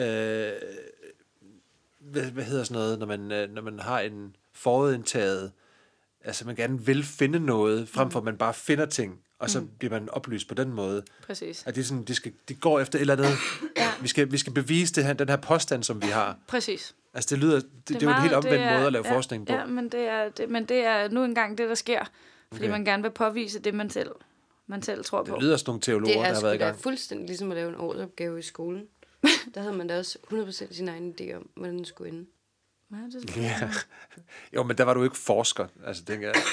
hvad hedder sådan noget, når man har en forudindtaget... Altså, man gerne vil finde noget, frem for at man bare finder ting, og så bliver man oplyst på den måde. Præcis. At de går efter et eller andet... Vi skal bevise den her påstand, som vi har. Præcis. Altså, det er jo en helt omvendt måde at lave forskning på. Ja, men det er nu engang det, der sker. Fordi man gerne vil påvise det, man selv tror på. Det lyder sådan nogle teologer, der har været i gang. Det er fuldstændig ligesom at lave en årsopgave i skolen. Der havde man da også 100% sin egen idé om, hvordan den skulle ende. Ja. Jo, men der var du ikke forsker. Altså,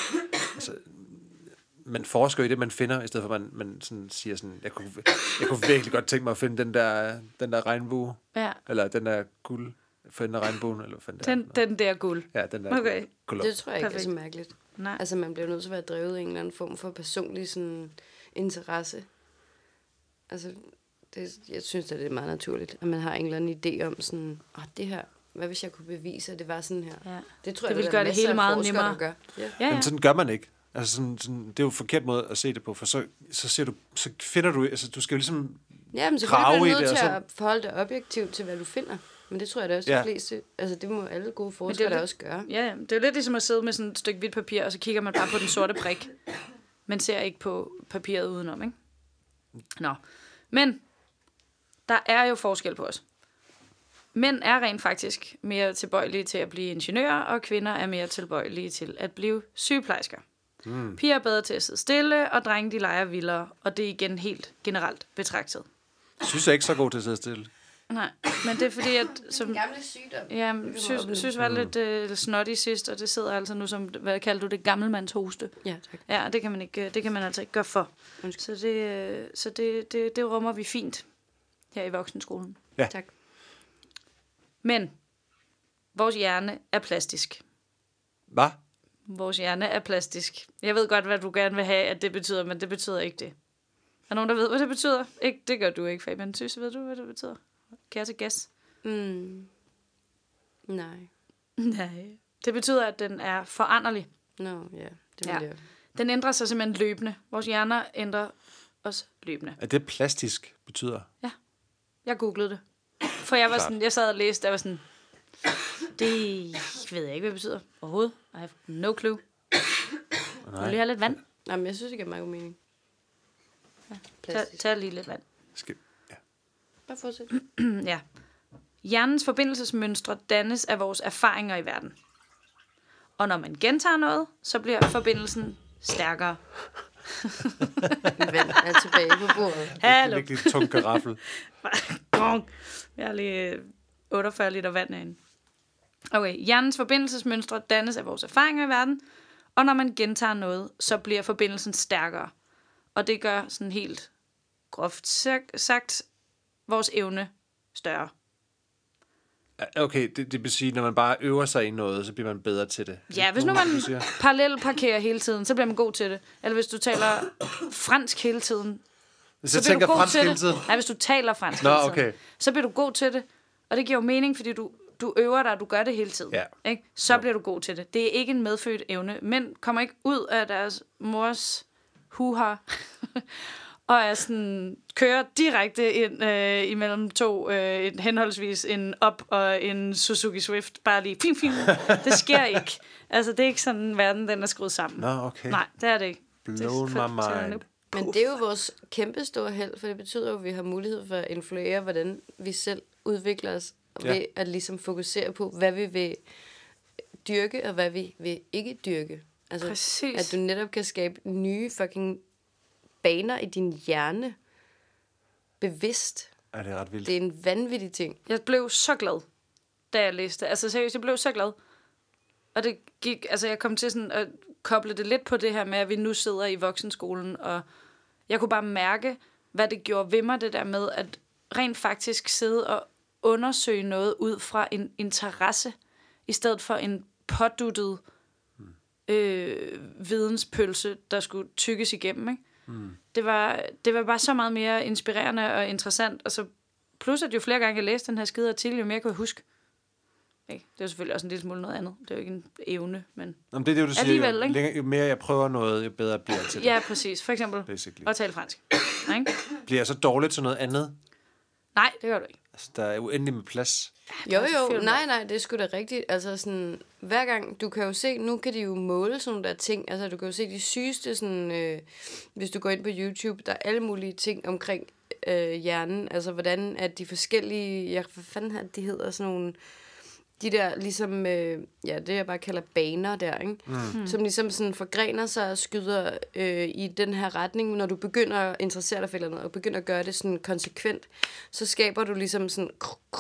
man forsker i det, man finder, i stedet for, at man sådan siger sådan, jeg kunne virkelig godt tænke mig at finde den der regnbue. Ja. Eller den der guld. Finde regnbuen, eller den der guld. Ja, den der guld. Det tror jeg ikke er så mærkeligt. Nej. Altså, man bliver nødt til at være drevet af en eller anden form for personlig sådan, interesse. Altså, jeg synes, det er meget naturligt, at man har en eller anden idé om sådan, det her, hvad hvis jeg kunne bevise, at det var sådan her? Ja. Det tror jeg, vil gøre det hele meget nemmere. Gør. Ja. Men sådan gør man ikke. Altså sådan, det er jo en forkert måde at se det på, for så finder du, altså du skal jo ligesom men selvfølgelig bliver du nødt til at forholde dig objektivt til, hvad du finder. Men det tror jeg da også de fleste, altså det må alle gode forskere da også gøre. Ja, det er jo lidt ligesom at sidde med sådan et stykke hvidt papir, og så kigger man bare på den sorte prik. Man ser ikke på papiret udenom, ikke? Nå, men der er jo forskel på os. Mænd er rent faktisk mere tilbøjelige til at blive ingeniører, og kvinder er mere tilbøjelige til at blive sygeplejersker. Piger er bedre til at sidde stille, og drenge de leger vildere, og det er igen helt generelt betragtet. Jeg synes jeg ikke så god til at sidde stille. Nej, men det er fordi, at... Som, gamle sygdom. Ja, synes var lidt snotty sidst, og det sidder altså nu som, hvad kalder du det, gammelmands hoste. Ja, tak. Ja, det kan man altså ikke gøre for. Så det rummer vi fint her i voksenskolen. Ja. Tak. Men vores hjerne er plastisk. Hvad? Vores hjerne er plastisk. Jeg ved godt, hvad du gerne vil have, at det betyder, men det betyder ikke det. Er der nogen, der ved, hvad det betyder? Ikke, det gør du ikke, Fabian. Synes, ved du, hvad det betyder? Kan jeg til gæs? Nej. Nej. Det betyder, at den er foranderlig. Det vil jeg. Den ændrer sig simpelthen løbende. Vores hjerner ændrer os løbende. Er det plastisk betyder? Ja. Jeg googlede det. For jeg var sådan, jeg sad og læste, der var sådan, det ved jeg ikke, hvad det betyder overhovedet. I have no clue. Jeg vil lige have lidt vand. Jamen, jeg synes, det giver meget god mening. Ja. Tag lige lidt vand. Ja. Bare fortsæt. Ja. Hjernens forbindelsesmønstre dannes af vores erfaringer i verden. Og når man gentager noget, så bliver forbindelsen stærkere. Vand er tilbage på bordet. Hallo. Det er virkelig tung garaffel. Jeg har lige 48 liter vand herinde. Okay, hjernens forbindelsesmønstre dannes af vores erfaringer i verden, og når man gentager noget, så bliver forbindelsen stærkere. Og det gør sådan helt groft sagt vores evne større. Okay, det vil sige, når man bare øver sig i noget, så bliver man bedre til det. Ja, hvis nu man parallelt parkerer hele tiden, så bliver man god til det. Eller hvis du taler fransk hele tiden, hvis så jeg bliver tænker du god fransk til hele det. tiden. Nej, hvis du taler fransk hele tiden, okay. så bliver du god til det. Og det giver jo mening, fordi du øver dig, og du gør det hele tiden. Ja. Ikke? Så bliver du god til det. Det er ikke en medfødt evne. Mænd kommer ikke ud af deres mors huha og er sådan, kører direkte ind imellem to, henholdsvis en Up og en Suzuki Swift. Bare lige, fint. Det sker ikke. Altså, det er ikke sådan, verden den er skruet sammen. Okay. Nej, det er det ikke. Blown my mind. Men det er jo vores kæmpe store held, for det betyder jo, at vi har mulighed for at influere, hvordan vi selv udvikler os, ved at ligesom fokusere på, hvad vi vil dyrke, og hvad vi vil ikke dyrke. Altså, præcis. At du netop kan skabe nye fucking baner i din hjerne, bevidst. Ja, det er ret vildt. Det er en vanvittig ting. Jeg blev så glad, da jeg læste. Altså seriøst, jeg blev så glad. Og det gik, altså jeg kom til sådan at koble det lidt på det her med, at vi nu sidder i voksenskolen, og jeg kunne bare mærke, hvad det gjorde ved mig, det der med at rent faktisk sidde og undersøge noget ud fra en interesse, i stedet for en påduttet videnspølse, der skulle tykkes igennem, ikke? Det var bare så meget mere inspirerende og interessant, og så plus at jo flere gange jeg læste den her skide artikel, jo mere kunne jeg huske. Ikke? Det er jo selvfølgelig også en lille smule noget andet. Det er jo ikke en evne, men jamen, det er det, du siger. Jo mere jeg prøver noget, jo bedre bliver jeg til det. Ja, præcis. For eksempel at tale fransk. Nej, ikke? Bliver jeg så dårligt til noget andet? Nej, det gør du ikke. Altså, der er uendelig med plads. Jo, nej, det er sgu da rigtigt. Altså sådan, hver gang, du kan jo se, nu kan de jo måle sådan nogle der ting. Altså, du kan jo se de sygeste, sådan, hvis du går ind på YouTube, der er alle mulige ting omkring hjernen. Altså, hvordan at de forskellige, hvad fanden her, de hedder sådan nogle, de der ligesom, det jeg bare kalder baner der, ikke? Som ligesom sådan forgrener sig og skyder i den her retning. Når du begynder at interessere dig for noget, og begynder at gøre det sådan konsekvent, så skaber du ligesom sådan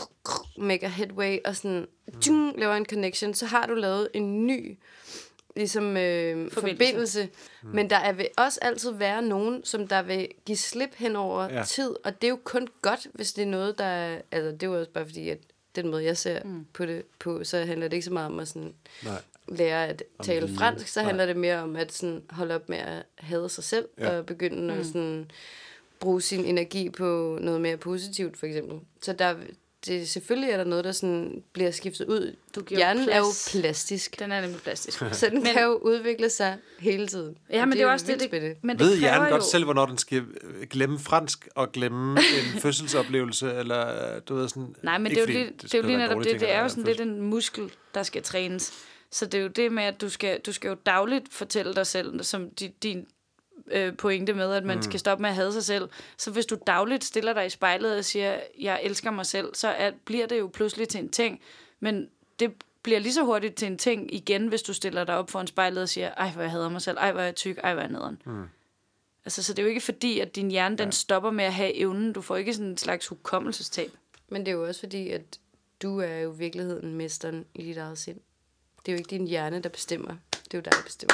mega headway, og sådan laver en connection. Så har du lavet en ny ligesom forbindelse. Men der vil også altid være nogen, som der vil give slip hen over tid, og det er jo kun godt, hvis det er noget, der altså det er jo også bare fordi, at den måde, jeg ser på det på, så handler det ikke så meget om at sådan lære at tale fransk, så handler det mere om at sådan holde op med at hade sig selv, og begynde at sådan bruge sin energi på noget mere positivt, for eksempel. Så selvfølgelig er der noget, der sådan bliver skiftet ud. Hjernen er jo plastisk. Den er nemlig plastisk. Så den kan jo udvikle sig hele tiden. Ja, men det er jo også det. Men ved hjernen godt selv, hvornår den skal glemme fransk og glemme en fødselsoplevelse, eller du ved sådan... Nej, men det er jo lige netop det. Det er jo sådan lidt en muskel, der skal trænes. Så det er jo det med, at du skal jo dagligt fortælle dig selv, som din pointe med, at man skal stoppe med at hade sig selv. Så hvis du dagligt stiller dig i spejlet og siger, jeg elsker mig selv, så bliver det jo pludselig til en ting. Men det bliver lige så hurtigt til en ting igen, hvis du stiller dig op foran spejlet og siger, ej, hvor jeg hader mig selv, ej, hvor er jeg tyk, ej, hvor er jeg nederen. Altså, så det er jo ikke fordi, at din hjerne, den stopper med at have evnen. Du får ikke sådan en slags hukommelsestab. Men det er jo også fordi, at du er jo i virkeligheden mesteren i dit eget sind. Det er jo ikke din hjerne, der bestemmer. Det er jo dig, der bestemmer.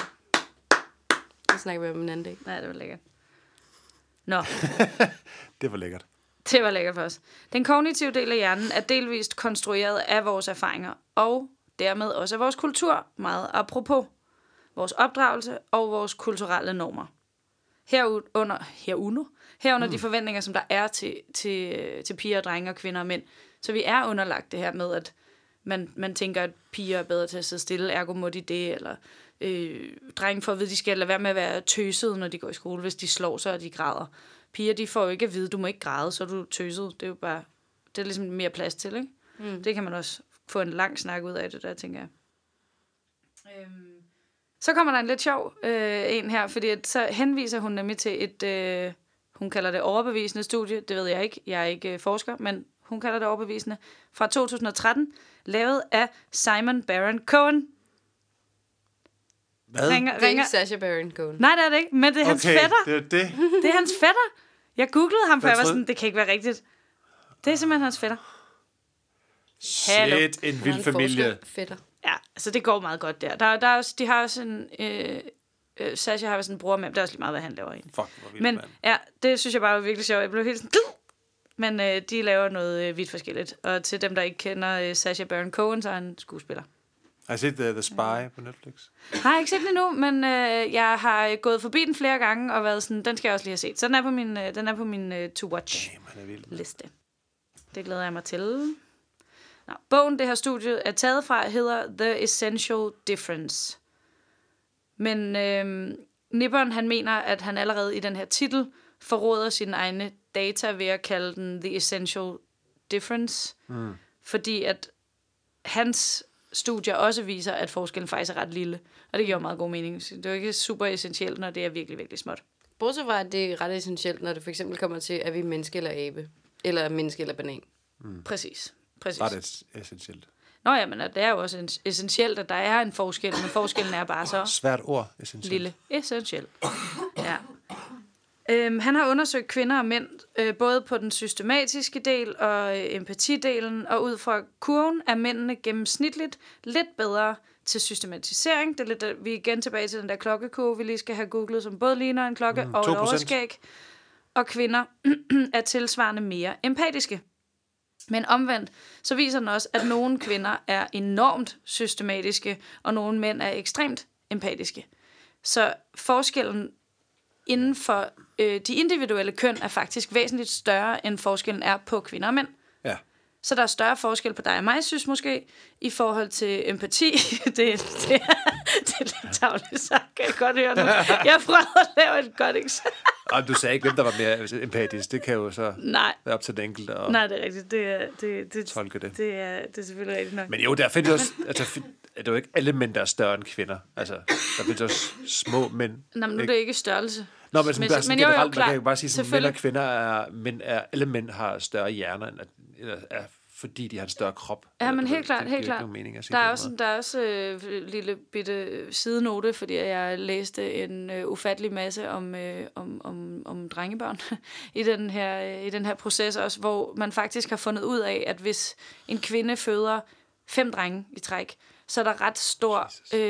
Det snakker vi om en anden dag. Nej, det var lækkert. Nå. Det var lækkert. Det var lækkert for os. Den kognitive del af hjernen er delvist konstrueret af vores erfaringer, og dermed også af vores kultur, meget apropos vores opdragelse og vores kulturelle normer. Herunder de forventninger, som der er til piger, drenge og kvinder og mænd. Så vi er underlagt det her med, at man tænker, at piger er bedre til at sidde stille, ergo må de det, eller drenge får at vide, at de skal lade være med at være tøsede, når de går i skole, hvis de slår sig, og de græder. Piger, de får jo ikke at vide, du må ikke græde, så er du tøset. Det er jo bare, det er ligesom mere plads til, ikke? Det kan man også få en lang snak ud af det der, tænker jeg. Så kommer der en lidt sjov en her, fordi så henviser hun nemlig til et, hun kalder det overbevisende studie, det ved jeg ikke, jeg er ikke forsker, men hun kalder det overbevisende, fra 2013, lavet af Simon Baron Cohen. Hvad? Det er ikke Sacha Baron Cohen. Nej, det er det ikke, men det er hans fætter. det er det. Det er hans fætter. Jeg googlede ham, for jeg var sådan, det kan ikke være rigtigt. Det er simpelthen hans fætter. Shit, en vild familie. Fætter. Ja, altså det går meget godt der. Der er også, de har også en... Sasha har sådan en bror med, det er også lige meget, hvad han laver egentlig. Fuck, hvor vildt, men mand. ja, det synes jeg bare var virkelig sjovt. Jeg blev helt sådan... Men de laver noget vidt forskelligt. Og til dem, der ikke kender Sacha Baron Cohen, så er han skuespiller. Har I set The Spy på Netflix? Jeg har ikke set den endnu, men jeg har gået forbi den flere gange og været sådan, den skal jeg også lige have set. Så den er på min to-watch-liste. Det glæder jeg mig til. Nå, bogen, det her studie er taget fra, hedder The Essential Difference. Men Nippon, han mener, at han allerede i den her titel forråder sine egne data ved at kalde den The Essential Difference. Fordi at hans studier også viser, at forskellen faktisk er ret lille. Og det giver meget god mening. Det er jo ikke super essentielt, når det er virkelig, virkelig småt. Bortset fra, at det er ret essentielt, når det for eksempel kommer til, at vi er menneske eller abe. Eller menneske eller banan. Præcis. Ret essentielt. Nå ja, men det er jo også essentielt, at der er en forskel, men forskellen er bare så svært ord, essentielt. Lille. Essentielt. Ja. Han har undersøgt kvinder og mænd, både på den systematiske del og empatidelen, og ud fra kurven er mændene gennemsnitligt lidt bedre til systematisering. Det er lidt, vi er igen tilbage til den der klokkekurve, vi lige skal have googlet, som både ligner en klokke og et overskæg. Og kvinder er tilsvarende mere empatiske. Men omvendt, så viser den også, at nogle kvinder er enormt systematiske, og nogle mænd er ekstremt empatiske. Så forskellen inden for de individuelle køn er faktisk væsentligt større, end forskellen er på kvinder og mænd. Ja. Så der er større forskel på dig og mig, synes måske, i forhold til empati. det er lidt tavligt sagt, kan jeg godt høre nu. Jeg prøver at lave et godt eksempel. Du sagde ikke, hvem der var mere empatisk. Det kan jo så være op til den enkelte. Nej, det er rigtigt. Det tolke det. Det er selvfølgelig rigtigt nok. Men jo, der findes også... Altså, det er jo ikke alle mænd, der er større end kvinder. Altså, der findes også små mænd. Nå, men nu er det ikke størrelse. Nå, men sådan, men generelt, man kan jo bare sige, at mænd og kvinder alle mænd har større hjerner, fordi de har en større krop. Ja, men helt klart. Der er også en lille bitte sidenote, fordi jeg læste en ufattelig masse om drengebørn i den her proces også, hvor man faktisk har fundet ud af, at hvis en kvinde føder 5 drenge i træk, så er der ret stor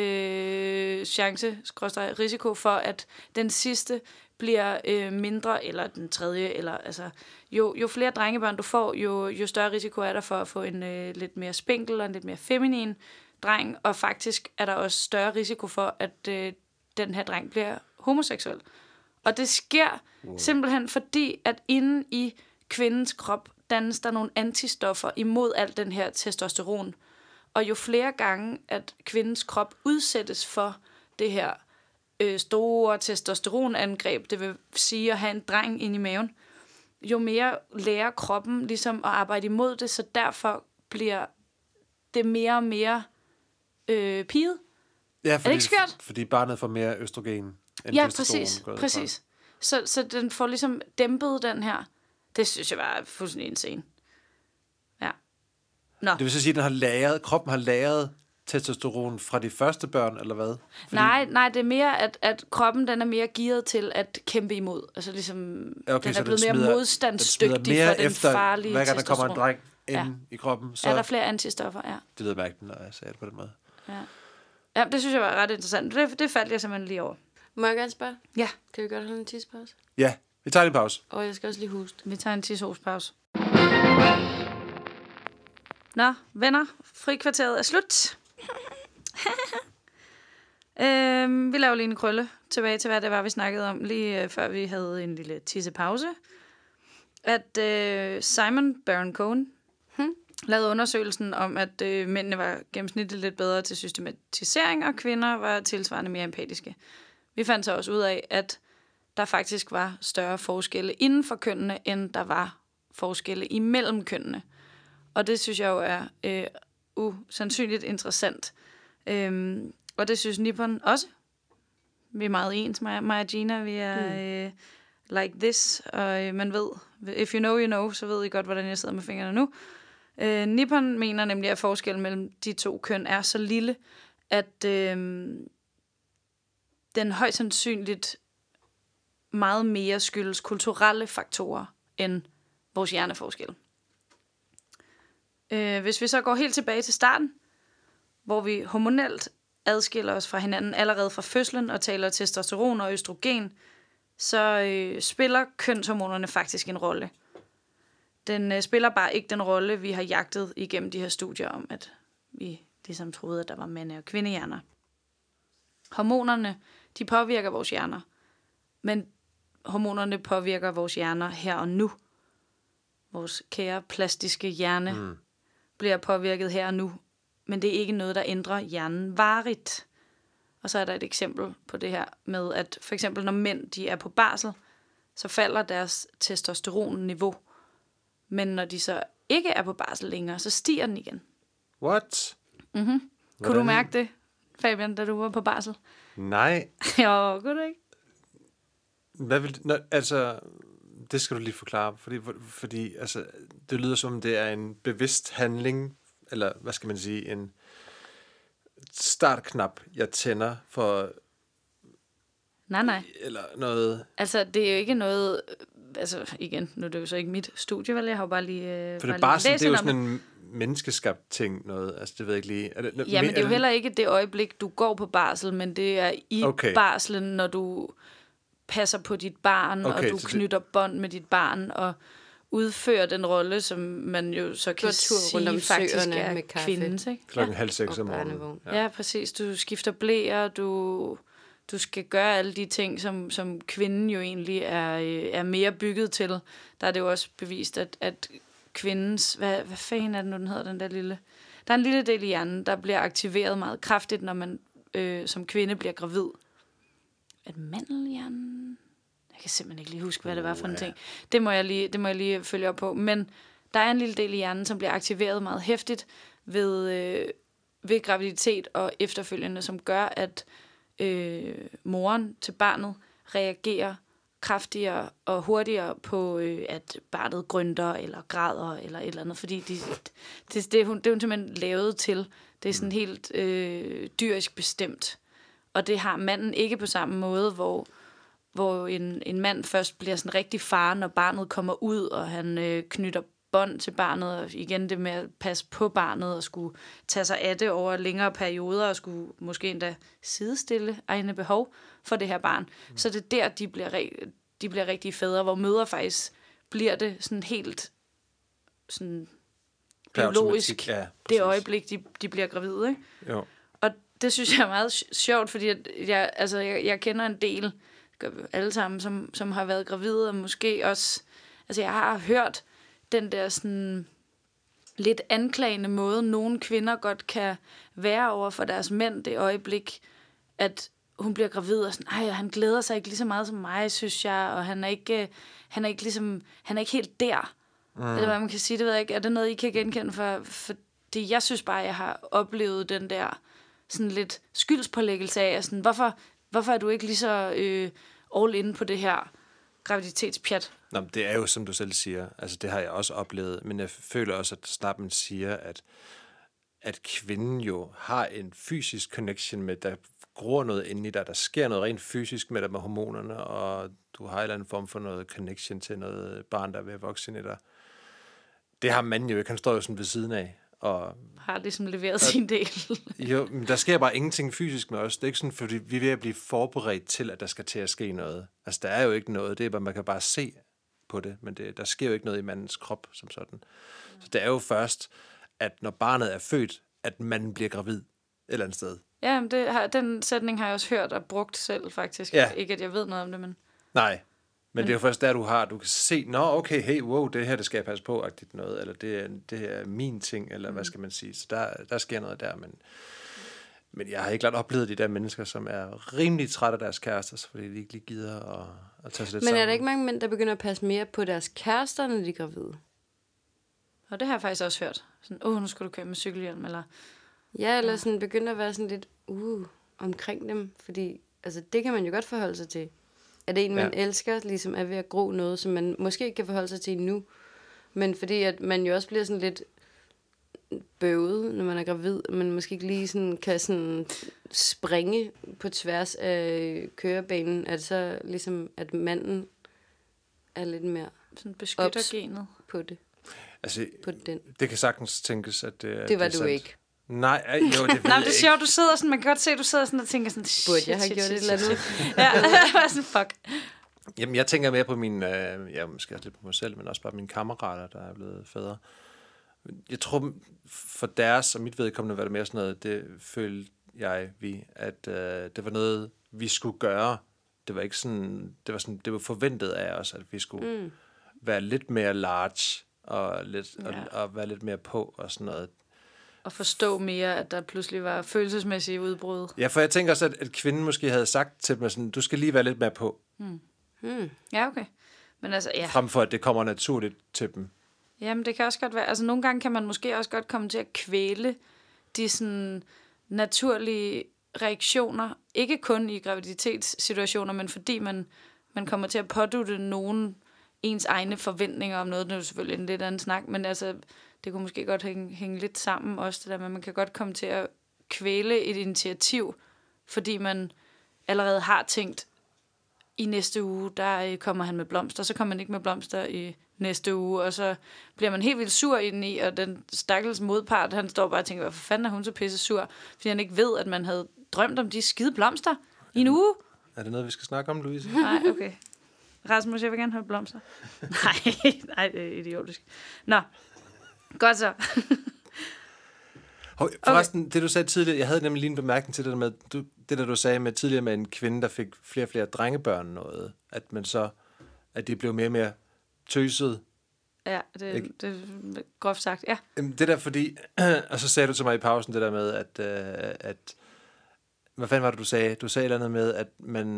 risiko for, at den sidste bliver mindre, eller den tredje, eller altså, jo flere drengebørn du får, jo større risiko er der for at få en lidt mere spinkel og en lidt mere feminin dreng, og faktisk er der også større risiko for, at den her dreng bliver homoseksuel. Og det sker simpelthen fordi, at inde i kvindens krop dannes der nogle antistoffer imod al den her testosteron. Og jo flere gange, at kvindens krop udsættes for det her store testosteronangreb, det vil sige at have en dreng inde i maven, jo mere lærer kroppen ligesom at arbejde imod det, så derfor bliver det mere og mere piget. Ja, er det ikke skørt? Fordi barnet får mere østrogen end testosteron. Præcis. Så den får ligesom dæmpet den her. Det synes jeg var fuldstændig insane. Ja. Nå. Det vil så sige, at kroppen har lagret testosteron fra de første børn, eller hvad? Fordi... Nej, det er mere, at kroppen den er mere gearet til at kæmpe imod. Altså ligesom, den er blevet mere modstandsdygtig for den farlige hver gang der kommer en dreng ind i kroppen, så... Er der flere antistoffer, ja. Det ved jeg ikke, når jeg sagde det på den måde. Ja, det synes jeg var ret interessant. Det faldt jeg simpelthen lige over. Må jeg gerne spørge? Ja. Kan vi godt holde en tidspause? Ja, Vi tager lige pause. Og jeg skal også lige huske. Vi tager en tisårspause. Nå, venner. Frikvarteret er slut. Vi laver lige en krølle tilbage til, hvad det var, vi snakkede om, lige før vi havde en lille tissepause. At Simon Baron Cohen lavede undersøgelsen om, at mændene var gennemsnitligt lidt bedre til systematisering, og kvinder var tilsvarende mere empatiske. Vi fandt så også ud af, at der faktisk var større forskelle inden for kønnene, end der var forskelle imellem kønnene. Og det synes jeg jo er usandsynligt interessant. Og det synes Nippon også. Vi er meget ens, mig og Gina. Vi er like this, og man ved, if you know, you know, så ved I godt, hvordan jeg sidder med fingrene nu. Nippon mener nemlig, at forskellen mellem de to køn er så lille, at den højst sandsynligt meget mere skyldes kulturelle faktorer end vores hjerneforskel. Hvis vi så går helt tilbage til starten, hvor vi hormonelt adskiller os fra hinanden allerede fra fødslen og taler testosteron og østrogen, så spiller kønshormonerne faktisk en rolle. Den spiller bare ikke den rolle, vi har jagtet igennem de her studier om, at vi ligesom troede, at der var mande- og kvindehjerner. Hormonerne, de påvirker vores hjerner, men hormonerne påvirker vores hjerner her og nu. Vores kære plastiske hjerne bliver påvirket her og nu, men det er ikke noget, der ændrer hjernen varigt. Og så er der et eksempel på det her med, at for eksempel når mænd de er på barsel, så falder deres testosteronniveau. Men når de så ikke er på barsel længere, så stiger den igen. What? Mm-hmm. Kunne du mærke det, Fabian, da du var på barsel? Nej. Jo, kunne du ikke? Hvad vil, altså, det skal du lige forklare, fordi altså, det lyder som, det er en bevidst handling, eller hvad skal man sige, en startknap, jeg tænder for... Nej. Eller noget... Altså, det er jo ikke noget... Altså, igen, nu er det jo så ikke mit studie, vel? Jeg har jo bare lige for det barsel, det er jo sådan en menneskeskabt ting, noget. Altså, det ved jeg ikke lige... Men det er jo heller ikke det øjeblik, du går på barsel, men det er i barslen, når du passer på dit barn, og du knytter bånd med dit barn, og udfører den rolle, som man jo så kan sige faktisk er kvindens, ikke? 5:30 om morgenen. Ja, præcis. Du skifter blæer, du skal gøre alle de ting, som kvinden jo egentlig er mere bygget til. Der er det jo også bevist, at kvindens... Hvad fanden er det nu, den hedder, den der lille... Der er en lille del i hjernen, der bliver aktiveret meget kraftigt, når man som kvinde bliver gravid. Er det mandelhjernen? Jeg kan simpelthen ikke lige huske, hvad det var for en ting. Det må jeg lige følge op på. Men der er en lille del i hjernen, som bliver aktiveret meget hæftigt ved graviditet og efterfølgende, som gør, at moren til barnet reagerer kraftigere og hurtigere på, at barnet grønter eller græder eller et eller andet, fordi det er hun simpelthen lavet til. Det er sådan helt dyrisk bestemt. Og det har manden ikke på samme måde, hvor en mand først bliver sådan rigtig far, når barnet kommer ud, og han knytter bånd til barnet, og igen det med at passe på barnet, og skulle tage sig af det over længere perioder, og skulle måske endda sidestille egne behov for det her barn. Så det er der, de bliver rigtige fædre, hvor mødre faktisk bliver det sådan helt sådan biologisk, det øjeblik, de bliver gravide, ikke? Jo. Og det synes jeg er meget sjovt, fordi jeg kender en del, alle sammen, som har været gravide, og måske også, altså jeg har hørt den der sådan lidt anklagende måde, nogle kvinder godt kan være over for deres mænd, det øjeblik, at hun bliver gravid, og sådan, han glæder sig ikke lige så meget som mig, synes jeg, og han er ikke helt der. Eller hvad man kan sige, det ved jeg ikke. Er det noget, I kan genkende for det? Jeg synes bare, jeg har oplevet den der sådan lidt skyldspålæggelse af, sådan, hvorfor er du ikke lige så all in på det her graviditetspjat? Nå, det er jo, som du selv siger, altså det har jeg også oplevet, men jeg føler også, at snart man siger, at kvinden jo har en fysisk connection med, der gror noget inde i dig, der sker noget rent fysisk med dig med hormonerne, og du har en eller anden form for noget connection til noget barn, der er ved at vokse ind i dig. Det har manden jo ikke, han står jo sådan ved siden af, og har ligesom leveret sin del. jo, men der sker bare ingenting fysisk med os. Det er ikke sådan, fordi vi er ved at blive forberedt til, at der skal til at ske noget. Altså, der er jo ikke noget. Det er bare, man kan bare se på det, men der sker jo ikke noget i mandens krop som sådan. Så det er jo først, at når barnet er født, at manden bliver gravid et eller andet sted. Ja, men den sætning har jeg også hørt og brugt selv, faktisk. Ja. Ikke, at jeg ved noget om det, men... Nej, men det er jo først der, du kan se, okay, hey, wow, det her, det skal jeg passe på, agtigt noget, eller det er min ting, eller hvad skal man sige. Så der sker noget der, men jeg har ikke klart oplevet de der mennesker, som er rimelig trætte af deres kærester, fordi de ikke lige gider at tage sig lidt sammen. Men er der ikke mange mænd, der begynder at passe mere på deres kærester, når de er gravide? Og det har jeg faktisk også hørt. Sådan, nu skal du køre med cykelhjelm, eller... Ja, eller sådan begynder at være sådan lidt omkring dem, fordi altså, det kan man jo godt forholde sig til. At det en, man elsker, ligesom er ved at gro noget, som man måske ikke kan forholde sig til nu, men fordi at man jo også bliver sådan lidt bøvet, når man er gravid, man måske ikke lige sådan kan sådan springe på tværs af kørebanen, at så ligesom at manden er lidt mere sådan beskytter genet på det. Altså, på den. Det kan sagtens tænkes, at det var det du ikke. Nej, jo, det ved Nej, det er sjovt, du sidder sådan, man kan godt se, at du sidder sådan og tænker sådan, burde jeg have gjort et eller andet? Ja, jeg sådan, fuck. Jamen, jeg tænker mere på måske også lidt på mig selv, men også bare mine kammerater, der er blevet fædre. Jeg tror, for deres og mit vedkommende var det mere sådan noget, det følte vi, at det var noget, vi skulle gøre. Det var ikke sådan, det var forventet af os, at vi skulle være lidt mere large, og være lidt mere på, og sådan noget. Og forstå mere, at der pludselig var følelsesmæssige udbrud. Ja, for jeg tænker også, at kvinden måske havde sagt til mig sådan, du skal lige være lidt mere på. Ja, okay. Men altså, ja. Frem for, at det kommer naturligt til dem. Jamen, det kan også godt være. Altså, nogle gange kan man måske også godt komme til at kvæle de sådan naturlige reaktioner. Ikke kun i graviditetssituationer, men fordi man kommer til at pådutte nogen ens egne forventninger om noget. Det er jo selvfølgelig en lidt anden snak, men altså, det kunne måske godt hænge lidt sammen også, det der med, at man kan godt komme til at kvæle et initiativ, fordi man allerede har tænkt, i næste uge, der kommer han med blomster, så kommer han ikke med blomster i næste uge, og så bliver man helt vildt sur indeni, og den stakkels modpart, han står bare og tænker, hvorfor fanden er hun så pisse sur, fordi han ikke ved, at man havde drømt om de skide blomster i en uge. Er det noget, vi skal snakke om, Louise? Nej, okay. Rasmus, jeg vil gerne have blomster. Nej, det er idiotisk. Nå, godt så. Forresten, det du sagde tidligere, jeg havde nemlig lige en bemærkning til det der med, det der du sagde med tidligere med en kvinde, der fik flere og flere drengebørn noget, at de blev mere og mere tøset. Ja, det er groft sagt, ja. Det der fordi, og så sagde du til mig i pausen det der med, at hvad fanden var det, du sagde? Du sagde et eller andet med, at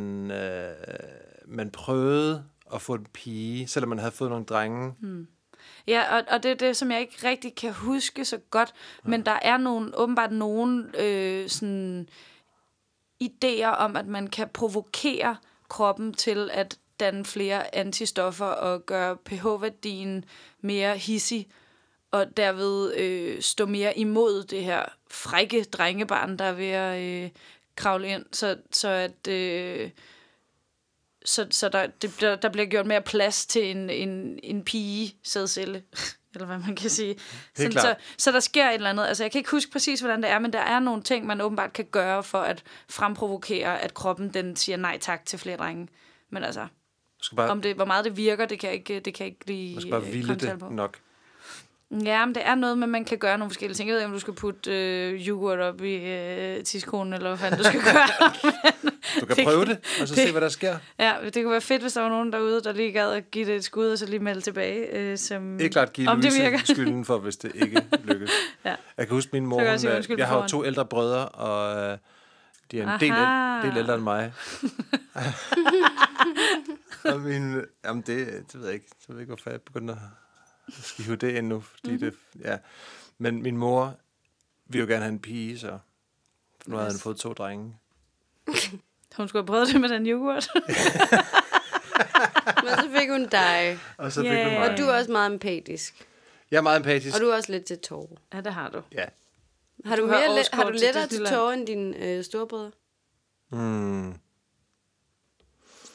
man prøvede at få en pige, selvom man havde fået nogle drenge. Ja, og det er det, som jeg ikke rigtig kan huske så godt, men der er åbenbart nogle sådan idéer om, at man kan provokere kroppen til at danne flere antistoffer og gøre pH-værdien mere hissig, og derved stå mere imod det her frække drengebarn, der er ved at kravle ind, så der bliver gjort mere plads til en pige-sædcelle, eller hvad man kan sige. Så der sker et eller andet. Altså, jeg kan ikke huske præcis, hvordan det er, men der er nogle ting, man åbenbart kan gøre for at fremprovokere, at kroppen den siger nej tak til flere drenge. Men altså, hvor meget det virker, det kan jeg ikke lige man skal bare ville det på. Nok. Ja, men det er noget med, man kan gøre nogle forskellige ting. Jeg ved ikke, om du skal putte yoghurt op i tidskonen, eller hvad fanden du skal gøre. Du kan prøve det, og så se, hvad der sker. Ja, det kunne være fedt, hvis der var nogen derude, der lige gad at give det et skud, og så lige melde tilbage. Ikke klart give Louise skylden for, hvis det ikke lykkes. Ja. Jeg kan huske min mor, jeg har jo 2 ældre brødre, og de er en del ældre end mig. Og jamen det ved jeg ikke. Jeg ved ikke, hvorfor jeg begynder at skrive det endnu, fordi Men min mor vil jo gerne have en pige, så nu havde han fået 2 drenge. Hun skulle have prøvet det med den yoghurt. Men så fik hun dig. Og så fik hun mig. Og du er også meget empatisk. Jeg er meget empatisk. Og du er også lidt til tårer. Ja, det har du. Ja. Har du lettere til tårer end dine storebrødre?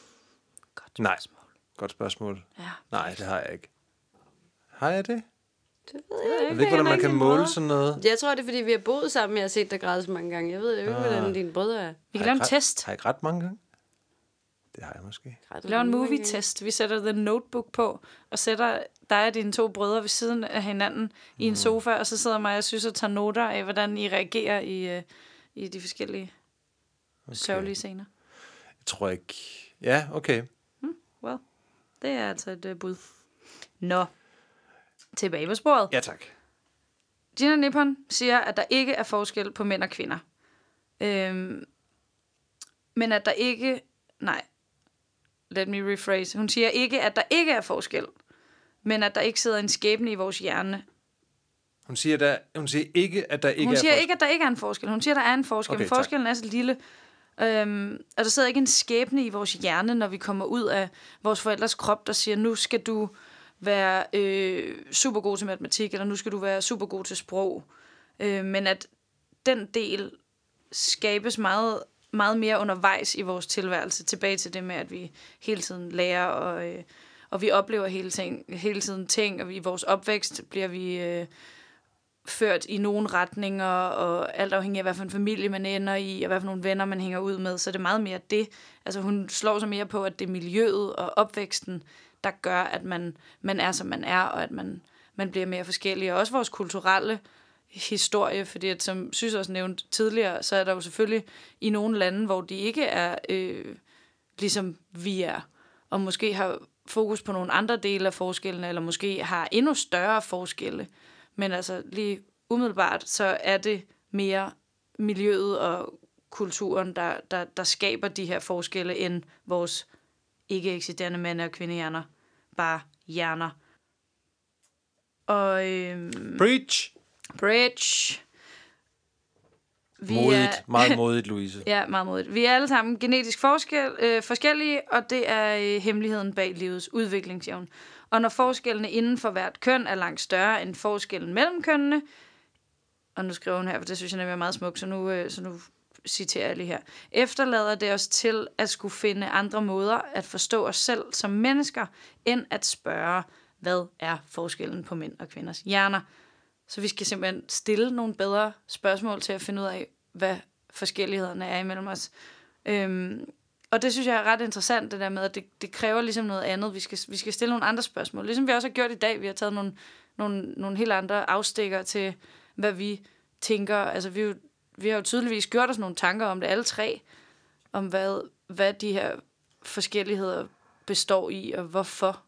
Nej. Godt spørgsmål. Ja. Nej, det har jeg ikke. Har jeg det? Det ved jeg Jeg ved ikke, hvordan man kan måle sådan noget. Jeg tror, det er, fordi vi har boet sammen, jeg har set dig græde så mange gange. Jeg ved jo ikke, hvordan dine brødre er. Vi kan lave en test. Har jeg grædt mange gange? Det har jeg måske. Vi laver en movie-test. Vi sætter The Notebook på, og sætter dig og dine 2 brødre ved siden af hinanden i en sofa, og så sidder mig og synes og tager noter af, hvordan I reagerer i de forskellige sørgelige scener. Jeg tror ikke... Ja, okay. Well, det er altså et bud. Nå, tilbage på sporet. Ja, tak. Gina Nippon siger, at der ikke er forskel på mænd og kvinder. Men at der ikke... Nej, let me rephrase. Hun siger ikke, at der ikke er forskel, men at der ikke sidder en skæbne i vores hjerne. Hun siger ikke, at der ikke er forskel. Hun siger ikke, at der ikke er en forskel. Hun siger, at der er en forskel, okay, men forskellen er så lille. Og der sidder ikke en skæbne i vores hjerne, når vi kommer ud af vores forældres krop, der siger, nu skal du være super god til matematik, eller nu skal du være super god til sprog. Men at den del skabes meget, meget mere undervejs i vores tilværelse. Tilbage til det med, at vi hele tiden lærer, og vi oplever hele tiden ting, og i vores opvækst bliver vi ført i nogle retninger, og alt afhængig af, hvad for en familie man ender i, og hvad for nogle venner man hænger ud med, så det er meget mere det. Altså hun slår sig mere på, at det er miljøet og opvæksten, der gør, at man er, som man er, og at man bliver mere forskellig. Og også vores kulturelle historie, fordi at, som Sys også nævnte tidligere, så er der jo selvfølgelig i nogle lande, hvor de ikke er ligesom vi er, og måske har fokus på nogle andre dele af forskellene, eller måske har endnu større forskelle. Men altså lige umiddelbart, så er det mere miljøet og kulturen, der skaber de her forskelle, end vores ikke eksisterende mænd- og kvindehjerner. Bare hjerner. Og Preach! Modigt. Meget modigt, Louise. Ja, meget modigt. Vi er alle sammen genetisk forskellige, og det er hemmeligheden bag livets udvikling, siger hun. Og når forskellene inden for hvert køn er langt større end forskellen mellem kønnene, og nu skriver hun her, for det synes jeg nemlig er meget smukt, så nu citerer jeg lige her. Efterlader det os til at skulle finde andre måder at forstå os selv som mennesker, end at spørge, hvad er forskellen på mænd og kvinders hjerner. Så vi skal simpelthen stille nogle bedre spørgsmål til at finde ud af, hvad forskellighederne er imellem os. Og det synes jeg er ret interessant, det der med, at det kræver ligesom noget andet. Vi skal stille nogle andre spørgsmål. Ligesom vi også har gjort i dag. Vi har taget nogle helt andre afstikker til, hvad vi tænker. Altså vi har jo tydeligvis gjort os nogle tanker om det alle 3. Om hvad de her forskelligheder består i, og hvorfor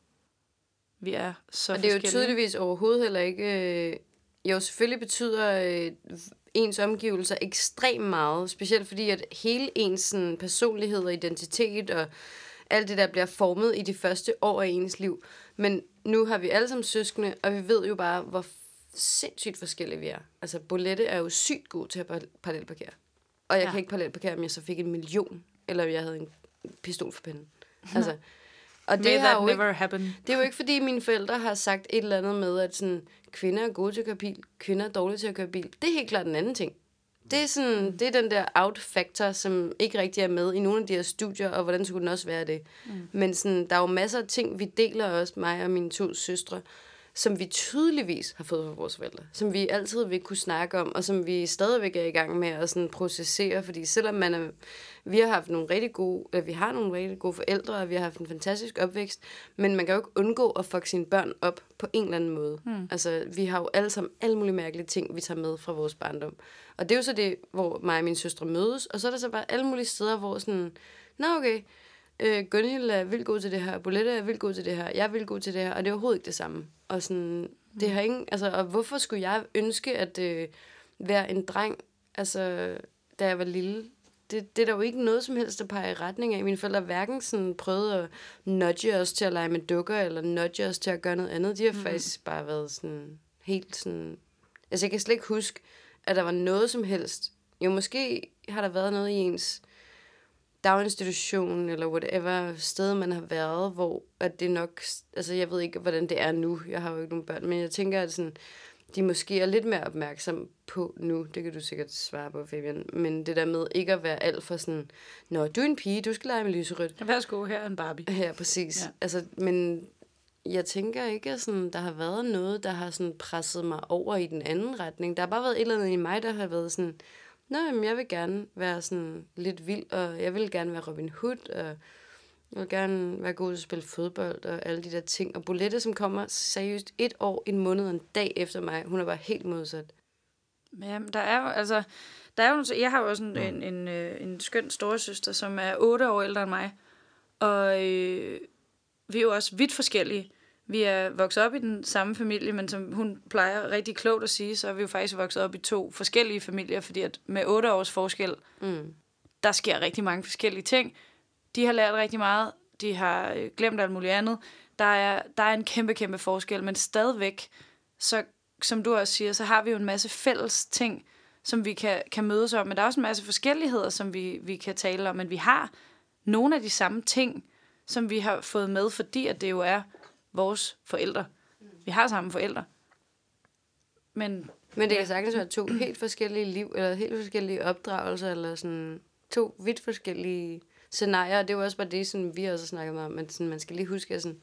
vi er så forskellige. Og det er jo tydeligvis overhovedet heller ikke... Jo, selvfølgelig betyder ens omgivelser ekstremt meget, specielt fordi, at hele ens sådan, personlighed og identitet og alt det der bliver formet i de første år af ens liv. Men nu har vi alle sammen søskende, og vi ved jo bare, hvor sindssygt forskellige vi er. Altså, Bolette er jo sygt god til at parallelparkere. Og jeg kan ikke parallelparkere, om jeg så fik 1 million, eller jeg havde en pistol for pinden. Altså... Og det det er jo ikke, fordi mine forældre har sagt et eller andet med, at sådan, kvinder er gode til at køre bil, kvinder er dårlige til at køre bil. Det er helt klart en anden ting. Det er, sådan, det er den der out-factor, som ikke rigtig er med i nogle af de her studier, og hvordan skulle den også være det. Men sådan, der er jo masser af ting, vi deler også, mig og mine 2 søstre, som vi tydeligvis har fået fra vores forældre, som vi altid vil kunne snakke om, og som vi stadigvæk er i gang med at sådan processere, fordi selvom vi har haft nogle rigtig gode forældre, og vi har haft en fantastisk opvækst, men man kan jo ikke undgå at fuck sine børn op på en eller anden måde. Altså, vi har jo alle sammen alle mulige mærkelige ting, vi tager med fra vores barndom. Og det er jo så det, hvor mig og mine søstre mødes, og så er der så bare alle mulige steder, hvor sådan, okay, Gunhild er vildt god til det her, Bolette er vildt god til det her, jeg er vildt god til det her, og det er overhovedet ikke det samme. Og sådan, det har ingen, altså, og hvorfor skulle jeg ønske at være en dreng, altså, da jeg var lille? Det er der jo ikke noget som helst, der peger i retning af. Mine forældre hverken sådan prøvede at nudge os til at lege med dukker, eller nudge os til at gøre noget andet. De har faktisk bare været sådan, helt sådan... Altså, jeg kan slet ikke huske, at der var noget som helst. Jo, måske har der været noget i ens daginstitution, eller whatever sted, man har været, hvor at det nok... Altså, jeg ved ikke, hvordan det er nu. Jeg har jo ikke nogen børn, men jeg tænker, at sådan, de måske er lidt mere opmærksom på nu. Det kan du sikkert svare på, Fabian. Men det der med ikke at være alt for sådan, du er en pige, du skal lege med lyserødt. Værsgo, her er en Barbie. Her, præcis. Ja. Altså, men jeg tænker ikke, at sådan, der har været noget, der har sådan presset mig over i den anden retning. Der har bare været et eller andet i mig, der har været sådan, men jeg vil gerne være sådan lidt vild, og jeg vil gerne være Robin Hood, og jeg vil gerne være god til at spille fodbold, og alle de der ting. Og Bolette, som kommer seriøst 1 år, 1 måned og en dag efter mig, hun er bare helt modsat. Ja, der er jo, jeg har jo også en skøn storesøster, som er 8 år ældre end mig, og vi er jo også vidt forskellige. Vi er vokset op i den samme familie, men som hun plejer rigtig klogt at sige, så er vi jo faktisk vokset op i 2 forskellige familier, fordi at med 8 års forskel, der sker rigtig mange forskellige ting. De har lært rigtig meget, de har glemt alt muligt andet. Der er en kæmpe, kæmpe forskel, men stadigvæk, så som du også siger, så har vi jo en masse fælles ting, som vi kan mødes om, men der er også en masse forskelligheder, som vi kan tale om, men vi har nogle af de samme ting, som vi har fået med, fordi at det jo er vores forældre. Vi har samme forældre. Men det kan sagtens være 2 helt forskellige liv, eller helt forskellige opdragelser, eller sådan 2 vidt forskellige scenarier. Det er jo også bare det, som vi også har snakket om, men sådan, man skal lige huske, at sådan,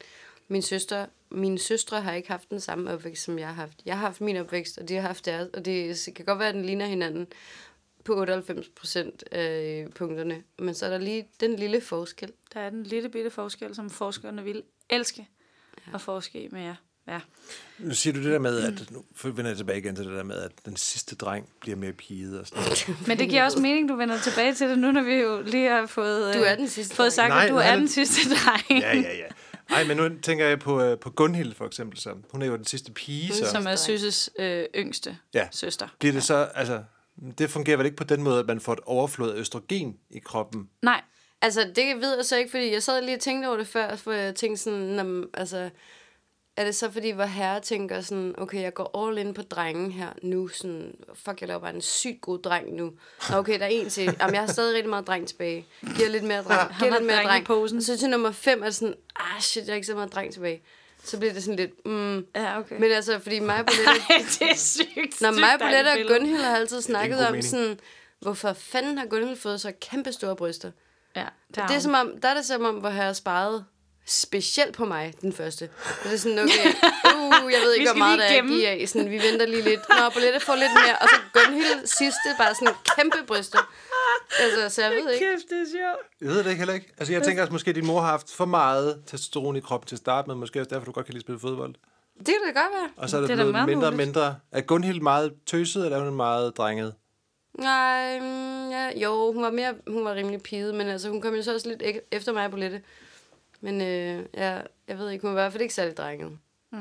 mine søstre har ikke haft den samme opvækst, som jeg har haft. Jeg har haft min opvækst, og de har haft deres, og det kan godt være, at den ligner hinanden på 98% af punkterne, men så er der lige den lille forskel. Der er den lille bitte forskel, som forskerne vil elske at forske i med jer. Ja. Nu siger du det der med, at nu vender jeg tilbage igen til det der med, at den sidste dreng bliver mere piget og sådan noget. Men det giver også mening, du vender tilbage til det nu, når vi jo lige har fået, du er den sidste fået sagt, at du er den sidste dreng. Ja. Ej, men nu tænker jeg på Gunhild for eksempel. Så. Hun er jo den sidste pige. Så. Som er Sysses yngste søster. Bliver det så, altså, det fungerer vel ikke på den måde, at man får et overflod af østrogen i kroppen? Nej. Altså, det ved jeg så ikke, fordi jeg sad lige og tænkte over det før, for jeg tænkte sådan, altså, er det så fordi, hvor herre tænker sådan, okay, jeg går all in på drengen her nu, sådan, fuck, jeg laver bare en sygt god dreng nu. Okay, der er en til, jamen, jeg har stadig rigtig meget dreng tilbage. Giver lidt mere dreng, giver lidt mere dreng. Posen. Så til nummer 5 er det sådan, shit, jeg har ikke så meget dreng tilbage. Så bliver det sådan lidt, Ja, okay. Men altså, fordi mig og Bolette... det er sygt. Når mig, Bolette og Gunhild har altid snakket om sådan, hvorfor fanden har Gunhild fået så kæmpe store bryster? Ja, det er som om, der er det som om, hvor jeg har sparet specielt på mig, den første. Det er sådan, okay, jeg ved ikke, hvor meget der er at give af. Sådan, vi venter lige lidt. Bolette får lidt mere, og så Gunhild sidste, bare sådan kæmpe bryster. Altså, så jeg ved ikke. Kæft, det er sjovt. Jeg ved det ikke heller ikke. Altså, jeg tænker, at måske din mor har haft for meget testosteron i kroppen til at starte med. Måske også derfor, du godt kan lide at spille fodbold. Det kan da godt være. Og så er det blevet mindre og mindre. Er Gunhild meget tøset, eller er hun meget drenget? Nej, jo, hun var rimelig piget, men altså, hun kom jo så også lidt efter mig, Bolette. Men jeg ved ikke, hun var i hvert fald ikke særlig drenget.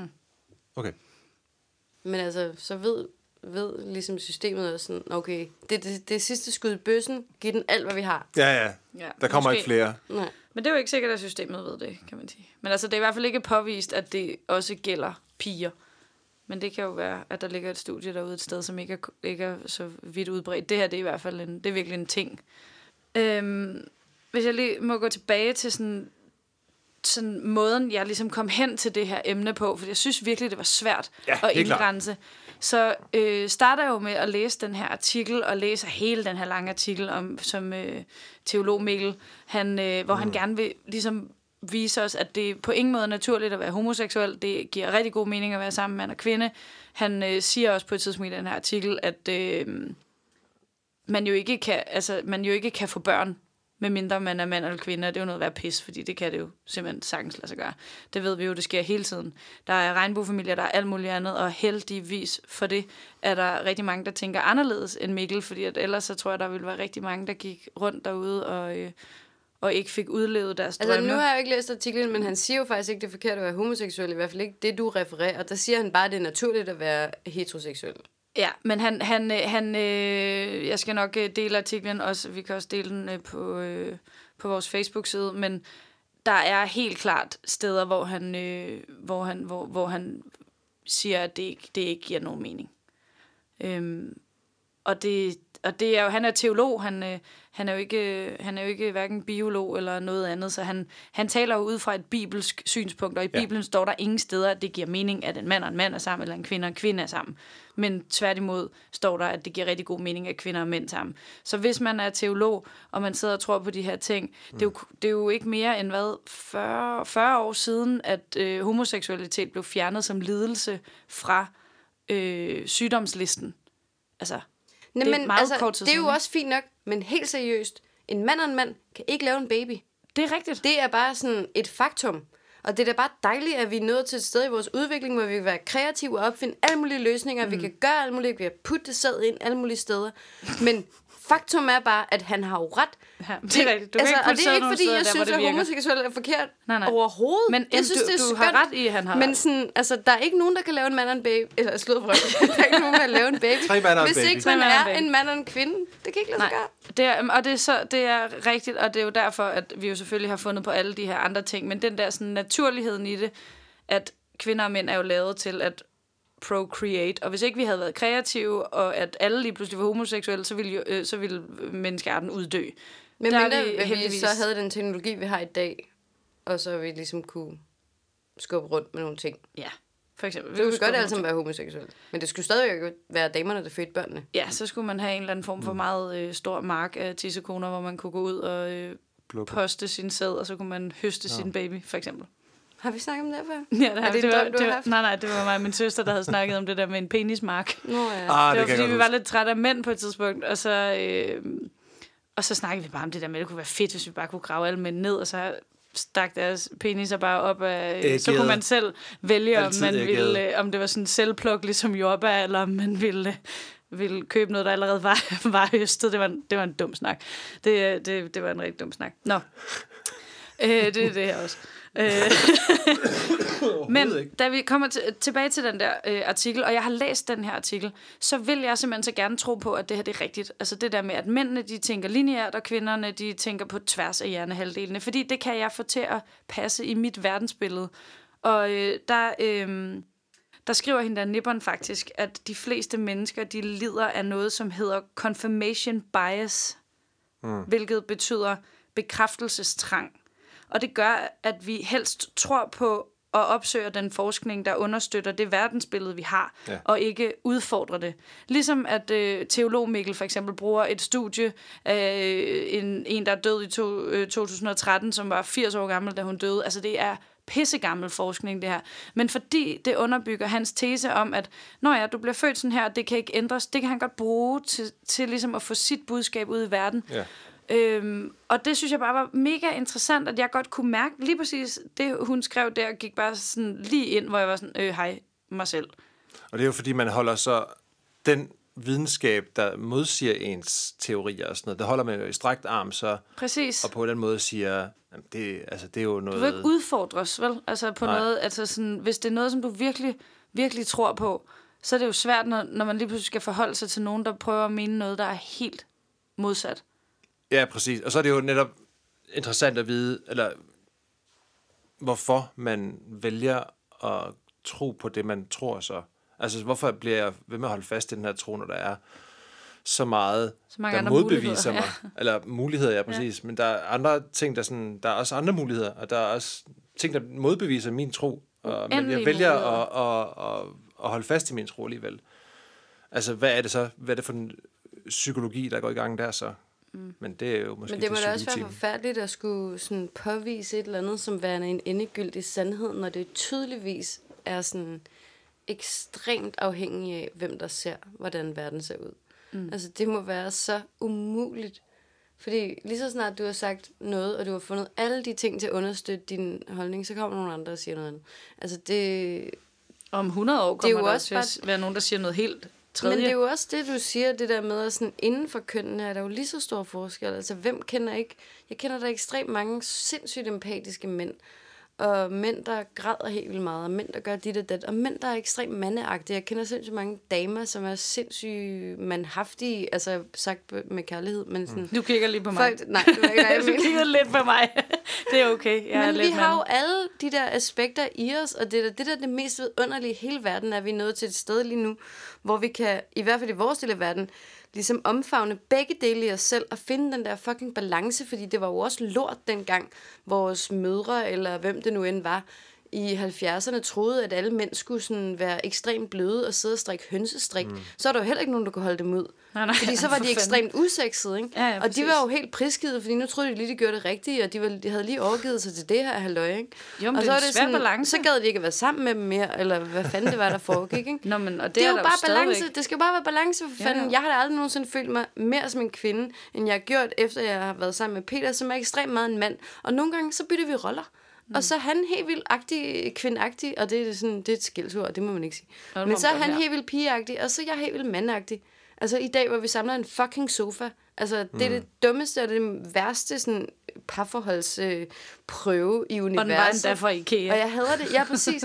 Okay. Men altså, så ved ligesom systemet også sådan, okay, det sidste skud i bøssen, giv den alt, hvad vi har. Ja. Der kommer ikke flere. Nej. Men det er jo ikke sikkert, at systemet ved det, kan man sige. Men altså, det er i hvert fald ikke påvist, at det også gælder piger. Men det kan jo være, at der ligger et studie derude et sted, som ikke er så vidt udbredt. Det her, det er i hvert fald det er virkelig en ting. Hvis jeg lige må gå tilbage til sådan måden, jeg ligesom kom hen til det her emne på, for jeg synes virkelig, det var svært at indgrænse. Så starter jeg jo med at læse den her artikel, og læser hele den her lange artikel, som teolog Mikkel, hvor han gerne vil ligesom vise os, at det på ingen måde er naturligt at være homoseksuel. Det giver rigtig god mening at være sammen med mand og kvinde. Han siger også på et tidspunkt i den her artikel, at man jo ikke kan få børn, medmindre man er mand eller kvinde, og det er jo noget at være pis, fordi det kan det jo simpelthen sagtens lade sig gøre. Det ved vi jo, det sker hele tiden. Der er regnbuefamilier, der er alt muligt andet, og heldigvis for det er der rigtig mange, der tænker anderledes end Mikkel, fordi at ellers så tror jeg, der ville være rigtig mange, der gik rundt derude og ikke fik udlevet deres drømme. Altså, nu har jeg jo ikke læst artiklen, men han siger jo faktisk ikke, det er forkert at være homoseksuel, i hvert fald ikke det, du refererer. Der siger han bare, at det er naturligt at være heteroseksuel. Ja, men han jeg skal nok dele artiklen også, vi kan også dele den på vores Facebook-side, men der er helt klart steder, hvor han siger, at det ikke giver nogen mening. Og det er jo, han er teolog, han er jo ikke hverken biolog eller noget andet, så han taler jo ud fra et bibelsk synspunkt, og i Bibelen står der ingen steder, at det giver mening, at en mand og en mand er sammen, eller en kvinde og en kvinde er sammen. Men tværtimod står der, at det giver rigtig god mening, at kvinder og mænd sammen. Så hvis man er teolog, og man sidder og tror på de her ting, det er jo ikke mere end 40 år siden, at homoseksualitet blev fjernet som lidelse fra sygdomslisten. Altså, Nej, det er men meget altså, kort tid det er jo siden, også fint nok, men helt seriøst, en mand og en mand kan ikke lave en baby. Det er rigtigt. Det er bare sådan et faktum. Og det er da bare dejligt, at vi er nået til et sted i vores udvikling, hvor vi kan være kreative og opfinde alle mulige løsninger. Vi kan gøre alle mulige, vi kan putte det sæd ind alle mulige steder. Men faktum er bare, at han har jo ret. Ja, det er rigtigt. Du kan ikke og det er ikke, fordi jeg synes, at homoseksuelle er forkert overhovedet. Men jeg synes, det er du har ret i, at han har men sådan, altså, der er ikke nogen, der kan lave en mand og en baby. Eller slået frem. Der er ikke nogen, der kan lave en baby. Hvis ikke man er en mand og en kvinde. Det kan ikke lade sig gøre. Det er rigtigt, og det er jo derfor, at vi jo selvfølgelig har fundet på alle de her andre ting. Men den der sådan naturligheden i det, at kvinder og mænd er jo lavet til at procreate, og hvis ikke vi havde været kreative, og at alle lige pludselig var homoseksuelle, så ville menneskearten uddø. Men vi så havde den teknologi, vi har i dag, og så vi ligesom kunne skubbe rundt med nogle ting. Ja, for eksempel. Så kunne vi godt alle sammen være homoseksuelle. Men det skulle stadigvæk være damerne, der fødte børnene. Ja, så skulle man have en eller anden form for meget stor mark af tissekoner, hvor man kunne gå ud og poste sin sæd, og så kunne man høste sin baby, for eksempel. Har vi snakket om det før? Ja, det har vi. Nej, det var mig og min søster, der havde snakket om det der med en penismark. Nå, ja. Det var fordi, vi var lidt trætte af mænd på et tidspunkt, og så snakkede vi bare om det der med, at det kunne være fedt, hvis vi bare kunne grave alle mænd ned, og så stak deres peniser bare op af... Så kunne man selv vælge, om det var sådan en selvpluk, ligesom jordbær, eller om man ville købe noget, der allerede var høstet. Det var en dum snak. Det var en rigtig dum snak. Nå. Det er det her også. Men da vi kommer tilbage til den der artikel, og jeg har læst den her artikel, så vil jeg simpelthen så gerne tro på, at det her det er rigtigt. Altså det der med, at mændene de tænker lineært, og kvinderne de tænker på tværs af hjernehalvdelene. Fordi det kan jeg få til at passe i mit verdensbillede. Og der skriver hende der Nippon faktisk, at de fleste mennesker de lider af noget, som hedder confirmation bias, hvilket betyder bekræftelsestrang. Og det gør, at vi helst tror på og opsøger den forskning, der understøtter det verdensbillede, vi har, og ikke udfordrer det. Ligesom at teolog Mikkel for eksempel bruger et studie af en der er død i 2013, som var 80 år gammel, da hun døde. Altså det er pissegammel forskning, det her. Men fordi det underbygger hans tese om, at når du bliver født sådan her, det kan ikke ændres, det kan han godt bruge til ligesom at få sit budskab ud i verden. Ja. Og det synes jeg bare var mega interessant, at jeg godt kunne mærke lige præcis det, hun skrev der, gik bare sådan lige ind, hvor jeg var sådan, hej, mig selv. Og det er jo fordi, man holder så den videnskab, der modsiger ens teorier og sådan noget, det holder man jo i strakt arm, så præcis. Og på den måde siger, det er jo noget... Du vil ikke udfordres, vel? Altså på noget, altså sådan, hvis det er noget, som du virkelig, virkelig tror på, så er det jo svært, når man lige pludselig skal forholde sig til nogen, der prøver at mene noget, der er helt modsat. Ja, præcis. Og så er det jo netop interessant at vide, eller hvorfor man vælger at tro på det, man tror så. Altså, hvorfor bliver jeg ved med at holde fast i den her tro, når der er så meget, der modbeviser mig? Ja. Eller muligheder, ja, præcis. Ja. Men der er andre ting, der er også andre muligheder, og der er også ting, der modbeviser min tro. Men jeg vælger at holde fast i min tro alligevel. Altså, hvad er det så? Hvad er det for en psykologi, der går i gang der så? Men det er jo måske... Men det må da også være forfærdeligt at skulle sådan påvise et eller andet som værende en endegyldig sandhed, når det tydeligvis er sådan ekstremt afhængig af, hvem der ser, hvordan verden ser ud. Altså, det må være så umuligt. Fordi lige så snart du har sagt noget, og du har fundet alle de ting til at understøtte din holdning, så kommer nogle andre og siger noget andet. Altså, det... Om 100 år kommer der også til at være nogen, der siger noget helt tredje. Men det er jo også det, du siger, det der med, at sådan inden for kønnene er der jo lige så stor forskel. Altså, hvem kender ikke... Jeg kender der ekstremt mange sindssygt empatiske mænd, og mænd, der græder helt vildt meget, og mænd, der gør dit og dat, og mænd, der er ekstremt mandeagtige. Jeg kender sindssygt mange damer, som er sindssygt mandhaftige, altså sagt med kærlighed, men sådan... Du kigger lige på mig. Nej, du er ikke jeg Du kigger lidt på mig. Det er okay. Men vi har jo alle de der aspekter i os, og det der det mest vidunderlige i hele verden, er vi nået til et sted lige nu, hvor vi kan, i hvert fald i vores del af verden, ligesom omfavne begge dele i os selv, og finde den der fucking balance, fordi det var jo også lort dengang, vores mødre, eller hvem det nu end var, i 70'erne troede, at alle mænd skulle sådan være ekstremt bløde og sidde og strikke hønsestrik, så er der jo heller ikke nogen, der kunne holde dem ud. Nej, fordi så var de ekstremt usexede, ikke? Ja, og de var jo helt prisgivet, fordi nu troede de lige, de gjorde det rigtige, og de havde lige overgivet sig til det her halløj, ikke? Jo, men og det så er var en svær balance. Så gad de ikke at være sammen med dem mere, eller hvad fanden det var, der foregik, ikke? Nå, men, og det er jo bare balance. Stadigvæk. Det skal jo bare være balance, for fanden. Ja. Jeg har da aldrig nogensinde følt mig mere som en kvinde, end jeg har gjort, efter jeg har været sammen med Peter, som er ekstremt meget en mand. Og nogle gange, så bytter vi roller. Og så er han helt vildt kvindeagtig, og det er sådan, det er et skældsord, det må man ikke sige. Men så er han helt vildt pigeagtig, og så er jeg helt vildt mandagtig. Altså i dag, hvor vi samler en fucking sofa. Altså det er det dummeste og det værste sådan parforholdsprøve i universet. Og den var endda fra IKEA. Og jeg hader det, ja præcis.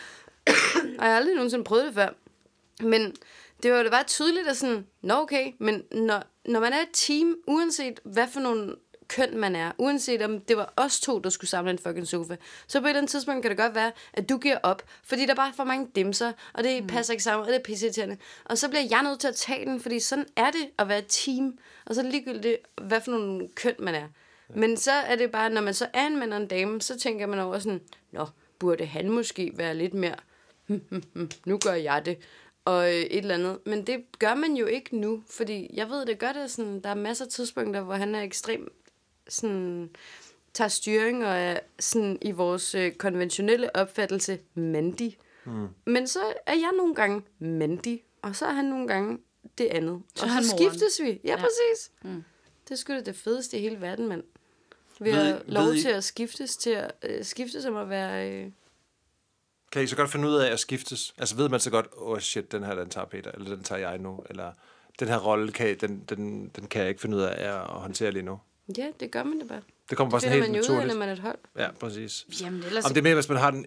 Og jeg har aldrig nogensinde prøvet det før. Men det var bare tydeligt, at sådan, okay, men når man er et team, uanset hvad for nogle køn man er, uanset om det var os to, der skulle samle en fucking sofa, så på et eller andet tidspunkt kan det godt være, at du giver op, fordi der er bare for mange dimser, og det passer ikke sammen, og det er pisseirriterende. Og så bliver jeg nødt til at tage den, fordi sådan er det at være et team, og så er det ligegyldigt, hvad for nogle køn man er. Men så er det bare, når man så er en mand og en dame, så tænker man over sådan, burde han måske være lidt mere, nu gør jeg det, og et eller andet. Men det gør man jo ikke nu, fordi jeg ved, det gør det sådan, der er masser af tidspunkter, hvor han er ekstremt sådan, tager styring og er sådan i vores konventionelle opfattelse mandig. Men så er jeg nogle gange mandig, og så er han nogle gange det andet. Så og så skiftes vi. Ja, præcis. Det er sgu da det fedeste i hele verden, mand. Vi har lov til at skiftes om at være... Kan I så godt finde ud af at skiftes? Altså ved man så godt, shit, den her, den tager Peter, eller den tager jeg nu, eller den her rolle, den kan jeg ikke finde ud af at håndtere lige nu? Ja, det gør man det bare. Det kommer bare sådan helt naturligt. Det finder man jo ud af, når man er et hold. Ja, præcis. Jamen, ellers... Om det er mere, hvis man har den...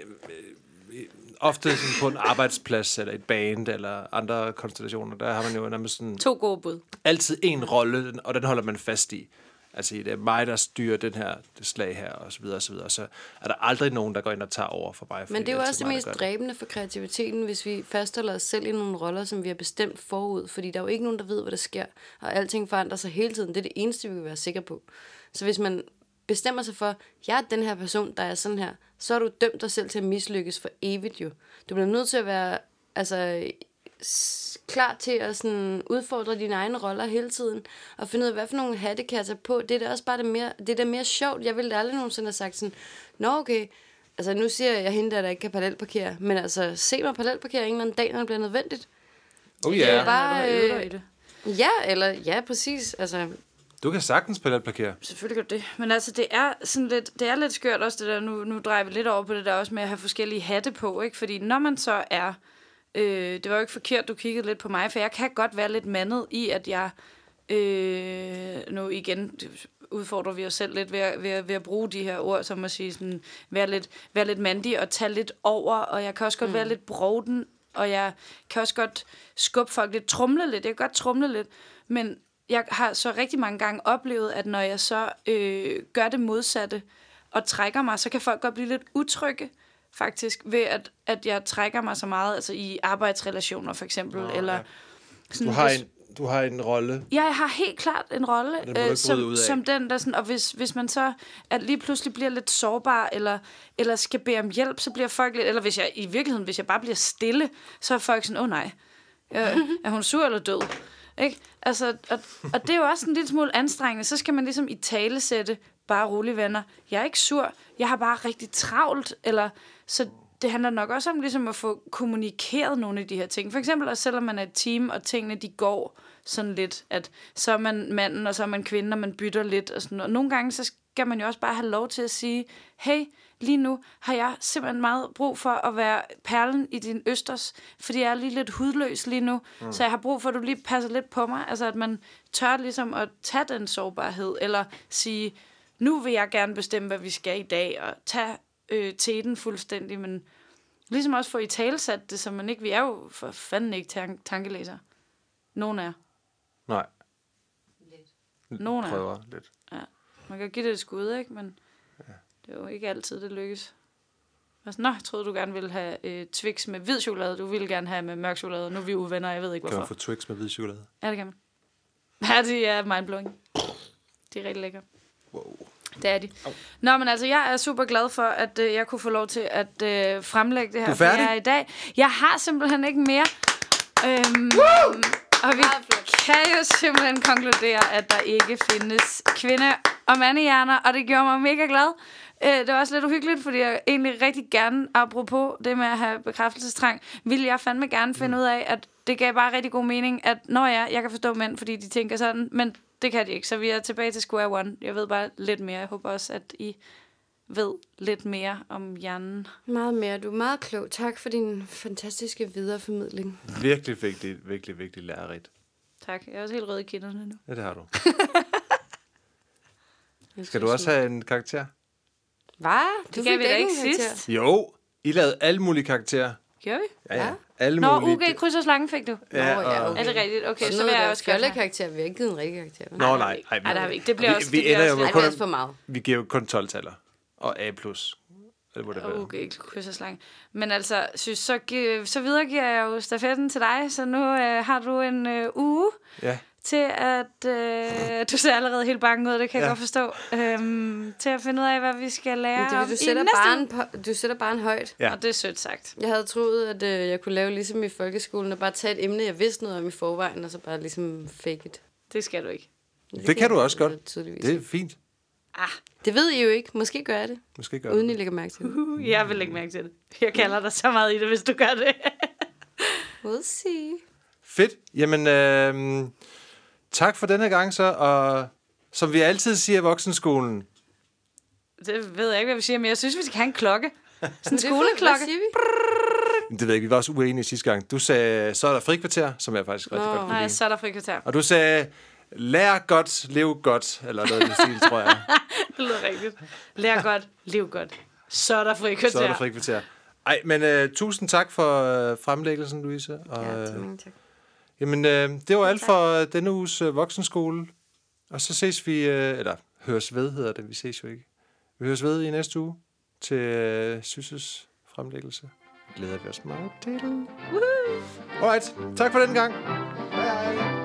ofte sådan på en arbejdsplads, eller et band, eller andre konstellationer, der har man jo nærmest sådan... 2 gode bud. Altid en rolle, og den holder man fast i. Altså, det er mig, der styrer det slag her, og så videre, og så videre. Så er der aldrig nogen, der går ind og tager over for mig. Men det er jo også det mest dræbende for kreativiteten, hvis vi fastholder os selv i nogle roller, som vi har bestemt forud. Fordi der er jo ikke nogen, der ved, hvad der sker. Og alting forandrer sig hele tiden. Det er det eneste, vi vil være sikre på. Så hvis man bestemmer sig for, jeg er den her person, der er sådan her, så er du dømt dig selv til at mislykkes for evigt jo. Du bliver nødt til at være klar til at sådan udfordre dine egne roller hele tiden, og finde ud af, hvad for nogle hatte kan jeg tage på. Det er da også bare det er mere sjovt. Jeg ville aldrig nogensinde have sagt sådan, okay, altså nu siger jeg hende, der ikke kan parallelparkere, men altså se mig parallelparkere en eller anden dag, når det bliver nødvendigt. Oh ja. Yeah. Bare, ja, præcis. Altså, du kan sagtens parallelparkere. Selvfølgelig gør det. Men altså, det er lidt skørt også, det der, nu drejer vi lidt over på det der også med at have forskellige hatte på, ikke? Fordi når man så er, det var jo ikke forkert, du kiggede lidt på mig, for jeg kan godt være lidt mandet i, at jeg, nu igen udfordrer vi os selv lidt ved at bruge de her ord, som at sige sådan, være lidt mandig og tage lidt over, og jeg kan også godt være lidt broden, og jeg kan også godt skubbe folk lidt, trumle lidt, jeg kan godt trumle lidt, men jeg har så rigtig mange gange oplevet, at når jeg så gør det modsatte og trækker mig, så kan folk godt blive lidt utrygge, faktisk, ved at jeg trækker mig så meget, altså i arbejdsrelationer for eksempel, eller sådan, du har en rolle. Ja, jeg har helt klart en rolle, som den der sådan, og hvis man så at lige pludselig bliver lidt sårbar, eller skal bede om hjælp, så bliver folk lidt, eller hvis jeg bare bliver stille, så er folk sådan, nej, er hun sur eller død? Ikke? Altså, og det er jo også en lille smule anstrengende. Så skal man ligesom i talesætte, bare rolig venner. Jeg er ikke sur, jeg har bare rigtig travlt. Så det handler nok også om ligesom at få kommunikeret nogle af de her ting. For eksempel også selvom man er et team, og tingene de går sådan lidt, at så er man manden, og så er man kvinden, og man bytter lidt. Og sådan. Og nogle gange så skal man jo også bare have lov til at sige, hey, lige nu har jeg simpelthen meget brug for at være perlen i din østers, fordi jeg er lige lidt hudløs lige nu, så jeg har brug for, at du lige passer lidt på mig. Altså, at man tør ligesom at tage den sårbarhed, eller sige, nu vil jeg gerne bestemme, hvad vi skal i dag, og tage teten fuldstændig, men ligesom også få i talesat det, så man ikke, vi er jo for fanden ikke tankelæser. Nogen er. Nej. Nogen prøver lidt. Ja. Man kan give det et skud, ikke? Men det er jo ikke altid, det lykkes. Altså, jeg troede, du gerne ville have Twix med hvid chokolade. Du ville gerne have med mørk chokolade. Nu er vi uvenner, jeg ved ikke hvorfor. Kan man få Twix med hvid chokolade? Ja, det kan man. Ja, de er mindblowing. De er rigtig lækre. Wow. Det er de. Nå, men altså, jeg er super glad for, at jeg kunne få lov til at fremlægge det her for jer i dag. Jeg har simpelthen ikke mere. Og vi kan jo simpelthen konkludere, at der ikke findes kvinde- og mandehjerner, og det gjorde mig mega glad. Det var også lidt uhyggeligt, fordi jeg egentlig rigtig gerne, apropos det med at have bekræftelsestrang, ville jeg fandme gerne finde ud af, at det gav bare rigtig god mening, at når jeg kan forstå mænd, fordi de tænker sådan, men det kan de ikke, så vi er tilbage til square one. Jeg ved bare lidt mere. Jeg håber også, at I ved lidt mere om hjernen. Meget mere. Du er meget klog. Tak for din fantastiske videreformidling. Virkelig vigtigt lærerigt. Tak. Jeg er også helt rød i kinderne nu. Ja, det har du. Skal du også have en karakter? Hvad? Det gav vi da ikke sidst. Jo, I lavede alle mulige karakterer. Gjorde vi? Ja. Alle Nå, mulige. UG, kryds og slange fik du. Ja, okay. Er det rigtigt? Okay, så så vil jeg også gerne have. karakter. Vi har ikke givet en rigtig karakter. Nå, nej. Nej, det har vi ikke. Det bliver også... Vi ender jo Nej, det er også for meget. Vi giver jo kun 12-taller. Og A+. Eller hvor det være. Okay, kryds og slange. Men altså, så videregiver jeg jo stafetten til dig, så nu har du en uge til at... du ser allerede helt bange ud, det kan jeg godt forstå. Til at finde ud af, hvad vi skal lære om Du sætter barn højt. Ja. Og det er sødt sagt. Jeg havde troet, at jeg kunne lave ligesom i folkeskolen, og bare tage et emne, jeg vidste noget om i forvejen, og så bare ligesom fake it. Det skal du ikke. Det kan du også godt. Det er fint. Det ved I jo ikke. Måske gør jeg det. Måske gør uden I lægger mærke til det. Jeg vil lægge mærke til det. Jeg kalder dig så meget i det, hvis du gør det. We'll see. Fedt. Jamen, tak for denne gang så, og som vi altid siger i voksenskolen. Det ved jeg ikke, hvad vi siger, men jeg synes, vi skal have en klokke. Sådan en skoleklokke. Det ved jeg ikke, vi var også uenige sidste gang. Du sagde, så er der frikvarter, som jeg faktisk rigtig godt kunne lide. Nej, så er der frikvarter. Og du sagde, lær godt, lev godt, eller noget i den stil, tror jeg. Det lyder rigtigt. Lær godt, lev godt. Så er der frikvarter. Så er der frikvarter. Ej, men tusind tak for fremlæggelsen, Louise. Og, tak. Jamen, det var alt for denne uges voksenskole. Og så ses vi, eller høres ved, hedder det. Vi ses jo ikke. Vi høres ved i næste uge til Sysses fremlæggelse. Glæder vi os meget til. Alright, tak for den gang. Hej hej.